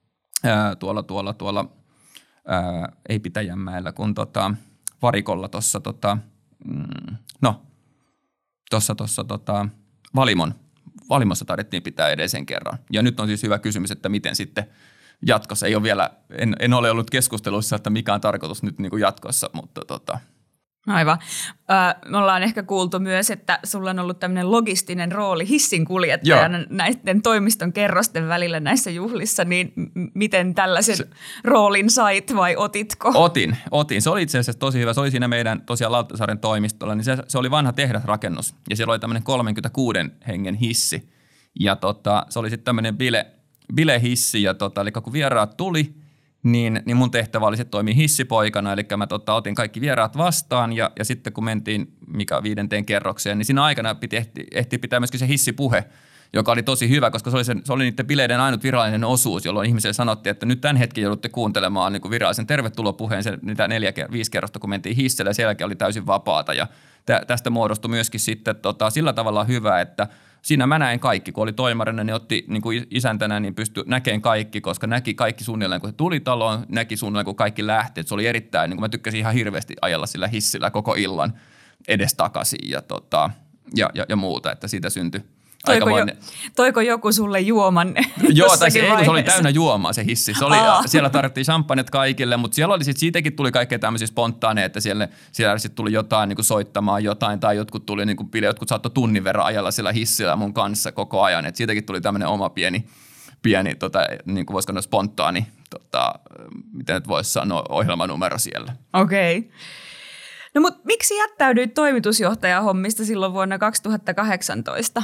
ää, tuolla, tuolla, tuolla ää, ei Pitäjänmäellä, kun tota, varikolla tuossa, tota, mm, no, tuossa tuossa tota, Valimon, Valimossa taidettiin pitää edellisen kerran. Ja nyt on siis hyvä kysymys, että miten sitten jatkossa. Ei ole vielä, en, en ole ollut keskusteluissa, että mikä on tarkoitus nyt niin kuin jatkossa, mutta tota. Aivan. Ö, me ollaan ehkä kuultu myös, että sulla on ollut tämmöinen logistinen rooli hissin kuljettajana Joo. näiden toimiston kerrosten välillä näissä juhlissa, niin m- miten tällaisen se, roolin sait vai otitko? Otin, otin. Se oli itse asiassa tosi hyvä. Se oli siinä meidän tosiaan Lauttasaaren toimistolla, niin se, se oli vanha tehdasrakennus ja siellä oli tämmöinen kolmekymmentäkuusi hengen hissi ja tota, se oli sitten tämmöinen bile, bilehissi ja tota, eli kun vieraat tuli, Niin, niin mun tehtävä oli se toimia hissipoikana, eli mä tota, otin kaikki vieraat vastaan ja, ja sitten kun mentiin mikä viidenteen kerrokseen, niin siinä aikana piti ehti, ehti pitää myöskin se hissipuhe joka oli tosi hyvä, koska se oli, sen, se oli niiden bileiden ainut virallinen osuus, jolloin ihmisille sanottiin, että nyt tämän hetken joudutte kuuntelemaan niin kuin virallisen tervetulopuheen, se, niitä neljä, viisi kerrosta, kun mentiin hissille, ja sen jälkeen oli täysin vapaata. Ja tä, tästä muodostui myöskin sitten tota, sillä tavalla hyvä, että siinä mä näin kaikki. Kun oli toimarina, niin otti niin kuin isäntänä, niin pystyi näkemään kaikki, koska näki kaikki suunnilleen, kun se tuli taloon, näki suunnilleen, kun kaikki lähti. Et se oli erittäin, niin kuin mä tykkäsin ihan hirveästi ajella sillä hissillä koko illan edestakaisin ja, tota, ja, ja, ja muuta, että siitä syntyi. Toiko, jo, toiko joku sulle juoman? Joo, tai se, ei, se oli täynnä juomaa se hissi. Se oli, siellä tarvittiin champagnet kaikille, mutta siellä oli sit, siitäkin tuli kaikkea tämmöisiä spontaaneja, että siellä, siellä sitten tuli jotain niin kuin soittamaan jotain, tai jotkut tuli, niin kuin, jotkut saattoi tunnin verran ajalla siellä hissillä mun kanssa koko ajan. Et siitäkin tuli tämmöinen oma pieni, pieni tota, niin kuin voisiko sanoa spontaani, tota, miten nyt voisi sanoa, ohjelmanumero siellä. Okei. Okay. No mutta miksi jättäydyit toimitusjohtajan hommista silloin vuonna kaksituhattakahdeksantoista?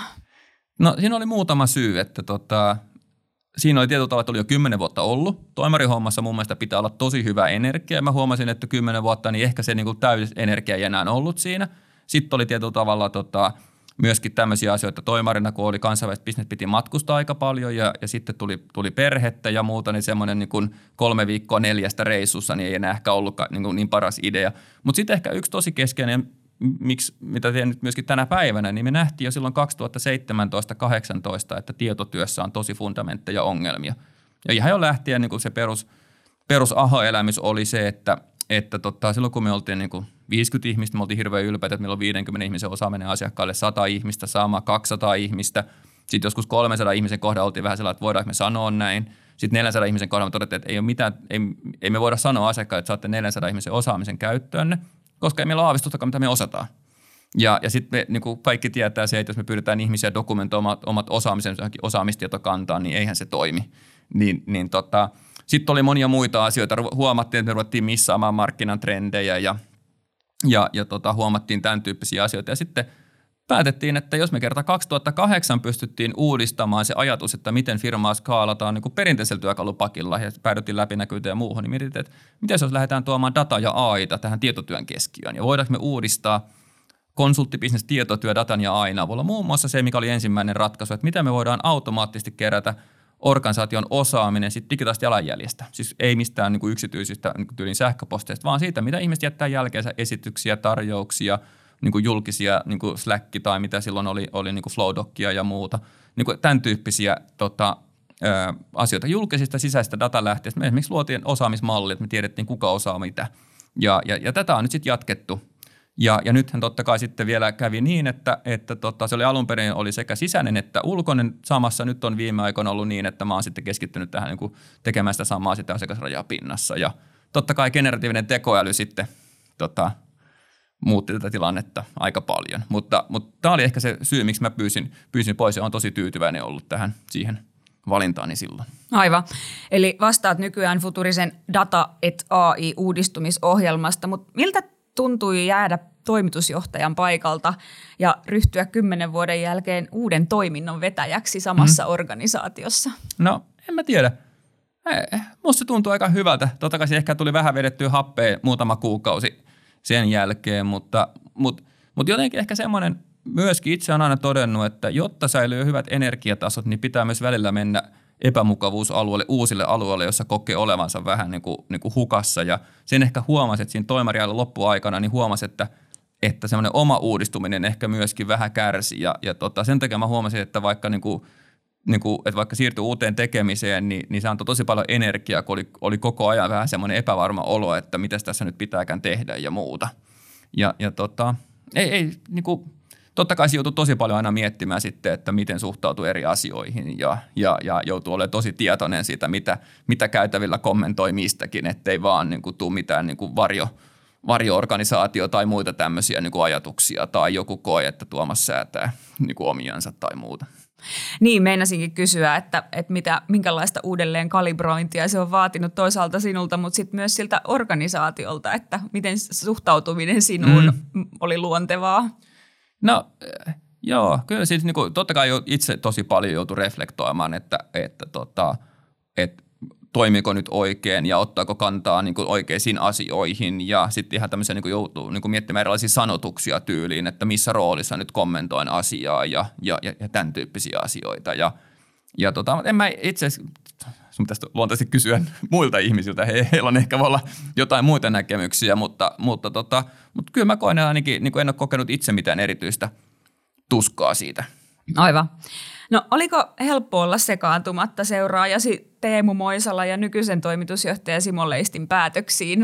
No siinä oli muutama syy, että tota, siinä oli tietyllä tavalla, että oli jo kymmenen vuotta ollut. Toimarihommassa mun mielestä pitää olla tosi hyvä energia. Mä huomasin, että kymmenen vuotta, niin ehkä se niin kuin täysi energia ei enää ollut siinä. Sitten oli tietyllä tavalla tota, myöskin tämmöisiä asioita toimarina, kun oli kansainvälistä bisnes, piti matkustaa aika paljon ja, ja sitten tuli, tuli perhettä ja muuta, niin semmoinen niin kuin kolme viikkoa neljästä reissussa niin ei enää ehkä ollut niin, kuin niin paras idea. Mutta sitten ehkä yksi tosi keskeinen, miksi, mitä teen nyt myöskin tänä päivänä, niin me nähtiin jo silloin kaksituhattaseitsemäntoista kahdeksantoista, että tietotyössä on tosi fundamentteja ongelmia. Ja ihan jo lähtien niin kuin se perus, perus aha-elämys oli se, että, että tota, silloin kun me oltiin niin kuin viisikymmentä ihmistä, me oltiin hirveän ylpeitä, että meillä on viidenkymmenen ihmisen osaaminen asiakkaalle, sata ihmistä, sama kaksisataa ihmistä. Sitten joskus kolmesataa ihmisen kohdalla oltiin vähän sellainen, että voidaanko me sanoa näin. Sitten neljäsataa ihmisen kohdalla me todettiin, että ei, ole mitään, ei, ei me voida sanoa asiakkaalle, että saatte neljäsataa ihmisen osaamisen käyttöönne, koska ei meillä ole aavistustakaan, mitä me osataan. Ja, ja sitten me niin kuin kaikki tietää se, että jos me pyydetään ihmisiä dokumentoimaan omat, omat osaamisen johonkin osaamistietokantaan, niin eihän se toimi. Niin, niin tota, sitten oli monia muita asioita. Huomattiin, että me ruvettiin missaamaan markkinan trendejä ja, ja, ja tota, huomattiin tämän tyyppisiä asioita. Ja sitten päätettiin, että jos me kerta kaksituhattakahdeksan pystyttiin uudistamaan se ajatus, että miten firmaa skaalataan niin kuin perinteisellä työkalupakilla ja päädyttiin läpinäkyvyyteen ja muuhun, niin mietittiin, että miten jos lähdetään tuomaan data ja A I:ta tähän tietotyön keskiöön ja voidaanko me uudistaa konsulttibisnes, tietotyö, datan ja A I:n avulla. Muun muassa se, mikä oli ensimmäinen ratkaisu, että miten me voidaan automaattisesti kerätä organisaation osaaminen sit digitaalista jalanjäljestä. Siis ei mistään niin kuin yksityisistä niin kuin tyylin sähköposteista, vaan siitä, mitä ihmiset jättää jälkeensä, esityksiä, tarjouksia, niin kuin julkisia, niin kuin Slack tai mitä silloin oli, oli niin kuin Flowdockia ja muuta. Niin kuin tämän tyyppisiä tota, ö, asioita julkisista sisäistä datalähteistä. Me esimerkiksi luotiin osaamismalli, että me tiedettiin, kuka osaa mitä. Ja, ja, ja tätä on nyt sitten jatkettu. Ja, ja nythän totta kai sitten vielä kävi niin, että, että tota, se oli alun perin oli sekä sisäinen että ulkoinen samassa. Nyt on viime aikoina ollut niin, että mä oon sitten keskittynyt tähän niin kuin tekemään sitä samaa sitä asiakasrajapinnassa. Ja totta kai generatiivinen tekoäly sitten tota, muutti tätä tilannetta aika paljon. Mutta, mutta tämä oli ehkä se syy, miksi mä pyysin, pyysin pois ja olen tosi tyytyväinen ollut tähän siihen valintaani silloin. Aivan. Eli vastaat nykyään Futurisen Data et A I-uudistumisohjelmasta, mutta miltä tuntui jäädä toimitusjohtajan paikalta ja ryhtyä kymmenen vuoden jälkeen uuden toiminnon vetäjäksi samassa mm. organisaatiossa? No, en mä tiedä. Musta se tuntuu aika hyvältä. Totta kai ehkä tuli vähän vedettyä happea muutama kuukausi sen jälkeen, mutta, mutta, mutta jotenkin ehkä semmoinen myöskin itse on aina todennut, että jotta säilyy hyvät energiatasot, niin pitää myös välillä mennä epämukavuusalueelle, uusille alueille, jossa kokee olevansa vähän niin kuin, niin kuin hukassa. Ja sen ehkä huomasi, että siinä toimariailla loppuaikana, niin huomasi, että, että semmoinen oma uudistuminen ehkä myöskin vähän kärsi. Ja, ja tota, sen takia mä huomasin, että vaikka, niin kuin, niin kuin, että vaikka siirtyi uuteen tekemiseen, niin, niin se antoi tosi paljon energiaa, kun oli, oli koko ajan vähän semmoinen epävarma olo, että mitä tässä nyt pitääkään tehdä ja muuta. Ja, ja tota, ei, ei niin kuin, totta kai se joutui tosi paljon aina miettimään sitten, että miten suhtautuu eri asioihin ja, ja, ja joutuu olemaan tosi tietoinen siitä, mitä, mitä käytävillä kommentoi mistäkin, ettei vaan niin kuin, tule mitään niin kuin varjo, varjo-organisaatio tai muita tämmöisiä niin kuin ajatuksia tai joku koe, että Tuomas säätää niin kuin omiansa tai muuta. Niin, meinasinkin kysyä, että, että mitä, minkälaista uudelleen kalibrointia se on vaatinut toisaalta sinulta, mutta sitten myös siltä organisaatiolta, että miten suhtautuminen sinuun mm. oli luontevaa. No joo, kyllä siis niin kuin, totta kai itse tosi paljon joutui reflektoimaan, että, että, tota, että toimiiko nyt oikein ja ottaako kantaa niin kuin oikeisiin asioihin ja sitten ihan tämmöisiä niin kuin joutuu niin kuin miettimään erilaisia sanotuksia tyyliin, että missä roolissa nyt kommentoin asiaa ja, ja, ja, ja tämän tyyppisiä asioita. Ja, ja tota, en mä itse asiassa, sun pitäisi luontaisesti kysyä muilta ihmisiltä, he, heillä on ehkä voi olla jotain muita näkemyksiä, mutta, mutta, tota, mutta kyllä mä koen ainakin, niin kuin en ole kokenut itse mitään erityistä tuskaa siitä. Aivan. No oliko helppo olla sekaantumatta seuraajasi Teemu Moisala ja nykyisen toimitusjohtaja Simo Leistin päätöksiin?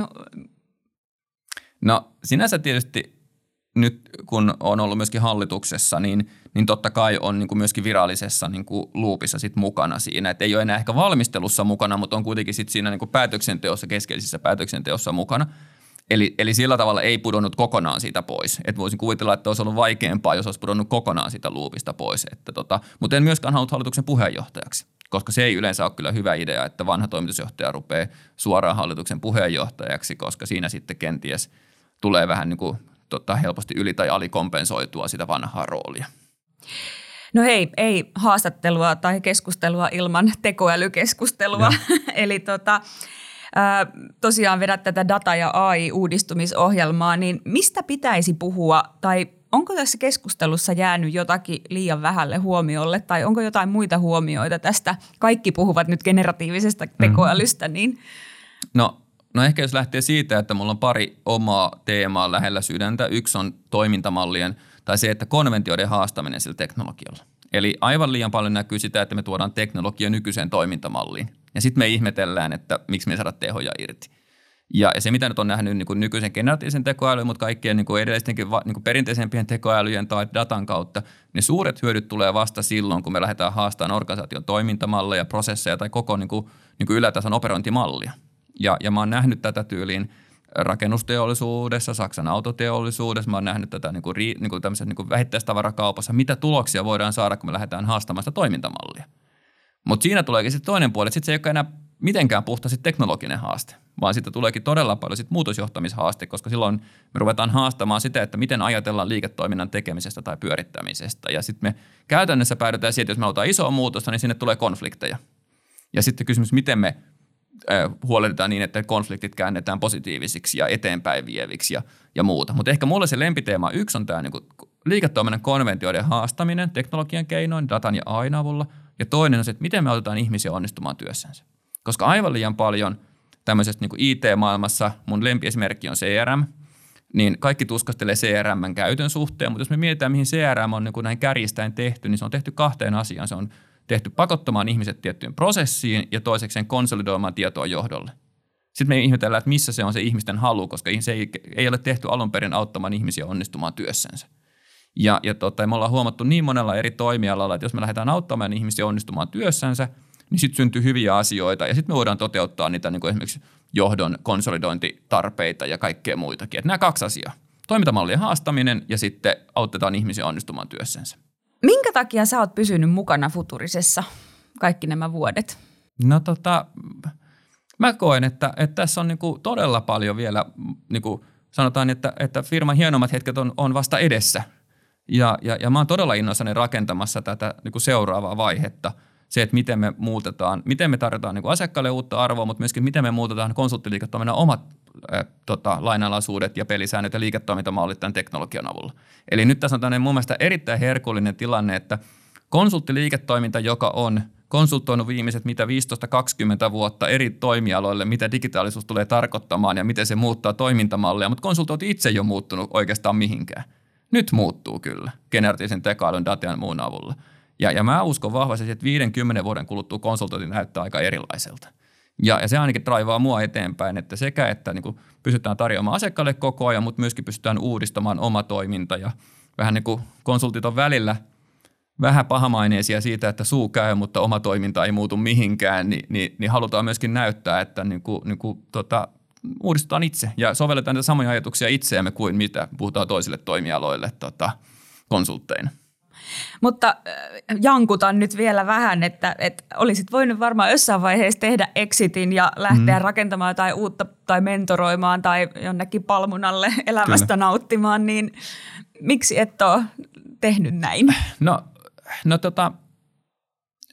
No sinänsä tietysti nyt kun on ollut myöskin hallituksessa, niin, niin totta kai on niin kuin myöskin virallisessa niin kuin loopissa sit mukana siinä. Et ei ole enää ehkä valmistelussa mukana, mutta on kuitenkin sit siinä niin kuin päätöksenteossa, keskeisissä päätöksenteossa mukana. Eli, eli sillä tavalla ei pudonnut kokonaan siitä pois. Et voisin kuvitella, että olisi ollut vaikeampaa, jos olisi pudonnut kokonaan siitä loopista pois. Että tota, mutta en myöskään halunnut hallituksen puheenjohtajaksi, koska se ei yleensä ole kyllä hyvä idea, että vanha toimitusjohtaja rupeaa suoraan hallituksen puheenjohtajaksi, koska siinä sitten kenties tulee vähän niin kuin, tota, helposti yli- tai alikompensoitua sitä vanhaa roolia. No hei, ei haastattelua tai keskustelua ilman tekoälykeskustelua. Eli tota... tosiaan vedät tätä data- ja A I-uudistumisohjelmaa, niin mistä pitäisi puhua tai onko tässä keskustelussa jäänyt jotakin liian vähälle huomiolle tai onko jotain muita huomioita tästä? Kaikki puhuvat nyt generatiivisesta tekoälystä. Niin. No, no ehkä jos lähtee siitä, että mulla on pari omaa teemaa lähellä sydäntä. Yksi on toimintamallien tai se, että konventioiden haastaminen sillä teknologialla. Eli aivan liian paljon näkyy sitä, että me tuodaan teknologia nykyiseen toimintamalliin. Ja sitten me ihmetellään, että miksi me ei saada tehoja irti. Ja, ja se, mitä nyt on nähnyt niin kuin nykyisen generatiivisen tekoälyn, mutta kaikkien niin kuin edellistenkin niin kuin perinteisempien tekoälyjen tai datan kautta, ne suuret hyödyt tulee vasta silloin, kun me lähdetään haastamaan organisaation toimintamalleja, prosesseja tai koko niin kuin, niin kuin ylätason operointimallia. Ja, ja mä oon nähnyt tätä tyyliin rakennusteollisuudessa, Saksan autoteollisuudessa, mä oon nähnyt tätä niin kuin, niin kuin tämmöisessä niin kuin vähittäistavarakaupassa, mitä tuloksia voidaan saada, kun me lähdetään haastamaan sitä toimintamallia. Mutta siinä tuleekin sitten toinen puoli, että sitten se ei ole enää mitenkään puhtaasti teknologinen haaste, vaan siitä tuleekin todella paljon sit muutosjohtamishaaste, koska silloin me ruvetaan haastamaan sitä, että miten ajatellaan liiketoiminnan tekemisestä tai pyörittämisestä. Ja sitten me käytännössä päädytään siihen, että jos me halutaan isoa muutosta, niin sinne tulee konflikteja. Ja sitten kysymys, miten me äh, huolehditaan niin, että konfliktit käännetään positiivisiksi ja eteenpäin vieviksi ja, ja muuta. Mutta ehkä mulle se lempiteema yksi on tämä niinku liiketoiminnan konventioiden haastaminen teknologian keinoin, datan ja A I:n avulla. Ja toinen on se, että miten me autetaan ihmisiä onnistumaan työssänsä. Koska aivan liian paljon tämmöisessä niin kuin I T-maailmassa, mun lempiesimerkki on C R M, niin kaikki tuskastelee C R M:n käytön suhteen, mutta jos me mietitään, mihin C R M on niin kuin näin kärjistäen tehty, niin se on tehty kahteen asiaan. Se on tehty pakottamaan ihmiset tiettyyn prosessiin ja toisekseen konsolidoimaan tietoa johdolle. Sitten me ihmetellään, että missä se on se ihmisten halu, koska se ei, ei ole tehty alun perin auttamaan ihmisiä onnistumaan työssänsä. Ja, ja tota, me ollaan huomattu niin monella eri toimialalla, että jos me lähdetään auttamaan ihmisiä onnistumaan työssänsä, niin sitten syntyy hyviä asioita ja sitten me voidaan toteuttaa niitä niin kuin esimerkiksi johdon konsolidointitarpeita ja kaikkea muitakin. Että nämä kaksi asiaa, toimintamallien haastaminen ja sitten autetaan ihmisiä onnistumaan työssänsä. Minkä takia sä oot pysynyt mukana Futurisessa kaikki nämä vuodet? No tota, mä koen, että, että tässä on niin kuin todella paljon vielä, niin kuin sanotaan, että, että firman hienommat hetket on, on vasta edessä. Ja, ja, ja mä oon todella innoissani rakentamassa tätä niin kuin seuraavaa vaihetta. Se, että miten me muutetaan, miten me tarjotaan niin kuin asiakkaille uutta arvoa, mutta myöskin miten me muutetaan konsulttiliiketoiminnan omat ä, tota, lainalaisuudet ja pelisäännöt ja liiketoimintamallit tämän teknologian avulla. Eli nyt tässä on tämmöinen mun mielestä erittäin herkullinen tilanne, että konsulttiliiketoiminta, joka on konsultoinut viimeiset mitä viisitoista kaksikymmentä vuotta eri toimialoille, mitä digitaalisuus tulee tarkoittamaan ja miten se muuttaa toimintamallia, mutta konsultointi itse ei ole muuttunut oikeastaan mihinkään. Nyt muuttuu kyllä generatiivisen tekoälyn, datan ja muun avulla. Ja, ja mä uskon vahvasti, että viidenkymmenen vuoden kuluttua konsultointi näyttää aika erilaiselta. Ja, ja se ainakin draivaa mua eteenpäin, että sekä, että niin kuin pystytään tarjoamaan asiakkaalle koko ajan, mutta myöskin pystytään uudistamaan oma toiminta. Ja vähän niin kuin konsultit on välillä vähän pahamaineisia siitä, että suu käy, mutta oma toiminta ei muutu mihinkään, niin, niin, niin halutaan myöskin näyttää, että niin kuin, niin kuin, tota, uudistutaan itse ja sovelletaan niitä samoja ajatuksia itseämme kuin mitä puhutaan toisille toimialoille tota, konsultteina. Mutta jankutan nyt vielä vähän, että, että olisit voinut varmaan jossain vaiheessa tehdä exitin ja lähteä mm. rakentamaan jotain uutta tai mentoroimaan tai jonnekin palmunalle elämästä Kyllä. nauttimaan, niin miksi et ole tehnyt näin? No, no tota,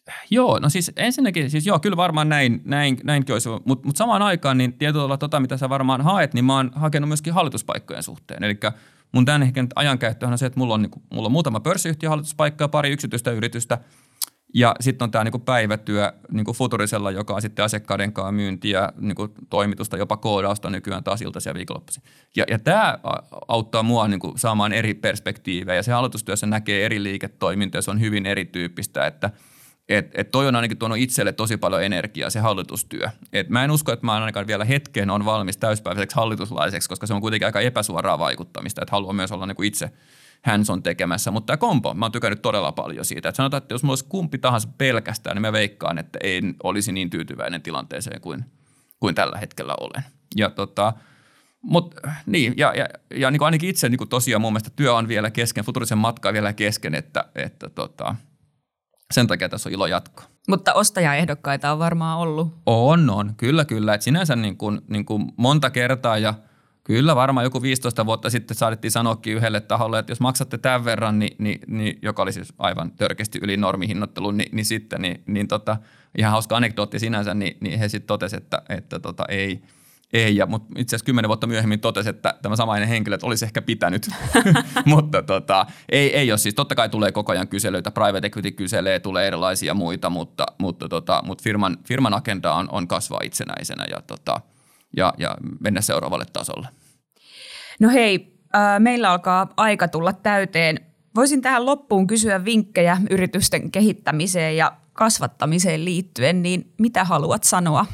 Joo, no siis ensinnäkin, siis joo, kyllä varmaan näin, näin, näinkin olisi, mutta mut samaan aikaan niin tietyllä tavalla tota, mitä sä varmaan haet, niin mä oon hakenut myöskin hallituspaikkojen suhteen. Eli mun tämän hetken ajankäyttöhän on se, että mulla on, niin kuin, mulla on muutama pörssiyhtiön hallituspaikka ja pari yksityistä yritystä. Ja sitten on tämä niinku päivätyö niinku Futurisella, joka on sitten asiakkaiden kanssa myyntiä, niinku toimitusta, jopa koodausta nykyään taas iltaisin ja viikonloppuisin. Ja, ja tämä auttaa mua niinku saamaan eri perspektiivejä ja se hallitustyössä näkee eri liiketoimintoja, se on hyvin erityyppistä, että et, et toi on ainakin tuonut itselle tosi paljon energiaa se hallitustyö. Et mä en usko, että mä ainakaan vielä hetken on valmis täyspäiväiseksi hallituslaiseksi, koska se on kuitenkin aika epäsuoraa vaikuttamista, että haluan myös olla niinku itse hands on tekemässä, mutta tämä kompo, mä oon tykännyt todella paljon siitä. Että sanotaan, että jos mulla olisi kumpi tahansa pelkästään, niin mä veikkaan, että en olisi niin tyytyväinen tilanteeseen kuin, kuin tällä hetkellä olen. Ja tota, mut, niin, ja, ja, ja niin kuin ainakin itse niin kuin tosiaan mun mielestä työ on vielä kesken, Futurisen matka on vielä kesken, että, että tota, sen takia tässä on ilo jatkaa. Mutta ostajaehdokkaita on varmaan ollut. On, on. Kyllä, kyllä. Et sinänsä niin kuin, niin kuin monta kertaa ja kyllä varmaan joku viisitoista vuotta sitten saadettiin sanoakin yhdelle taholle, että jos maksatte tämän verran, niin, niin, niin, joka oli siis aivan törkeästi yli normihinnoittelun, niin, niin sitten niin, niin tota, ihan hauska anekdootti sinänsä, niin, niin he sitten totesivat, että, että tota, ei, ei. Ja, mutta itse asiassa kymmenen vuotta myöhemmin totesi, että tämä samainen henkilö, että olisi ehkä pitänyt, mutta tota, ei, ei ole siis. Totta kai tulee koko ajan kyselyitä, private equity kyselee, tulee erilaisia muita, mutta, mutta, tota, mutta firman, firman agenda on, on kasvaa itsenäisenä ja tota, Ja, ja mennä seuraavalle tasolle. No hei, äh, meillä alkaa aika tulla täyteen. Voisin tähän loppuun kysyä vinkkejä yritysten kehittämiseen ja kasvattamiseen liittyen, niin mitä haluat sanoa?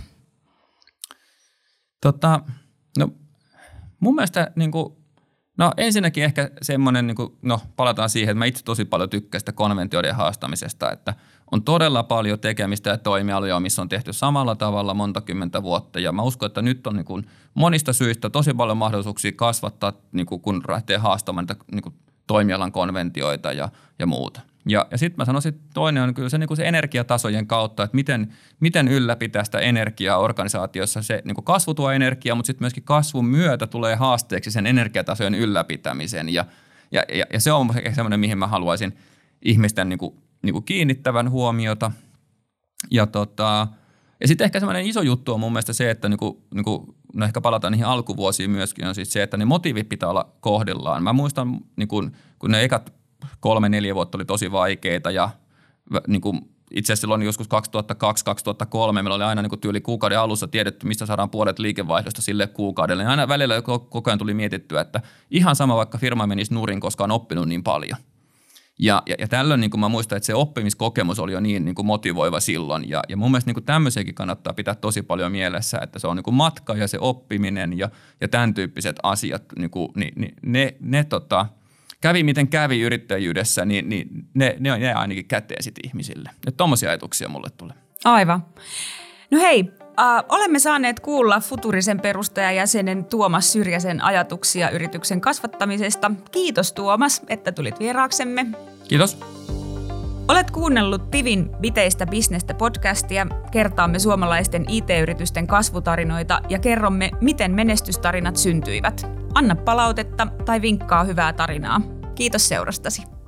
Tota, no, mun mielestä niin kuin, no ensinnäkin ehkä semmoinen, niin kuin, no palataan siihen, että mä itse tosi paljon tykkään sitä konventioiden haastamisesta, että on todella paljon tekemistä ja toimialoja, missä on tehty samalla tavalla monta kymmentä vuotta. Ja mä uskon, että nyt on niin kuin monista syistä tosi paljon mahdollisuuksia kasvattaa, niin kuin kun lähtee haastamaan niitä niin kuin toimialan konventioita ja, ja muuta. Ja, ja sitten mä sanoisin, että toinen on kyllä se, niin kuin se energiatasojen kautta, että miten, miten ylläpitää sitä energiaa organisaatiossa. Se niin kuin kasvu tuo energiaa, mutta sitten myöskin kasvun myötä tulee haasteeksi sen energiatasojen ylläpitämisen. Ja, ja, ja, ja se on semmoinen, mihin mä haluaisin ihmisten niin kuin niin kuin kiinnittävän huomiota. Ja, tota, ja sitten ehkä semmoinen iso juttu on mun mielestä se, että niin kuin, niin kuin, no ehkä palataan niihin alkuvuosiin myöskin, on siis se, että ne motiivit pitää olla kohdillaan. Mä muistan, niin kuin, kun ne ekat kolme, neljä vuotta oli tosi vaikeita ja niin kuin, itse asiassa silloin joskus kaksituhattakaksi kaksituhattakolme meillä oli aina niin kuin tyyli kuukauden alussa tiedetty, mistä saadaan puolet liikevaihdosta sille kuukaudelle. Ja aina välillä koko ajan tuli mietittyä, että ihan sama vaikka firma menisi nurin, koska on oppinut niin paljon. Ja, ja, ja tällöin niin kuin mä muistan, että se oppimiskokemus oli jo niin, niin kuin motivoiva silloin. Ja, ja mun mielestä niin kuin tämmöisiäkin kannattaa pitää tosi paljon mielessä, että se on niin kuin matka ja se oppiminen ja, ja tämän tyyppiset asiat, niin kuin, niin, niin ne, ne tota, kävi miten kävi yrittäjyydessä, niin, niin ne, ne on ainakin käteen sitten ihmisille. Että tommosia ajatuksia mulle tulee. Aivan. No hei, äh, olemme saaneet kuulla Futurisen perustajajäsenen Tuomas Syrjäsen ajatuksia yrityksen kasvattamisesta. Kiitos Tuomas, että tulit vieraaksemme. Kiitos. Olet kuunnellut Tivin Viteistä bisnestä podcastia. Kertaamme suomalaisten I T-yritysten kasvutarinoita ja kerromme, miten menestystarinat syntyivät. Anna palautetta tai vinkkaa hyvää tarinaa. Kiitos seurastasi.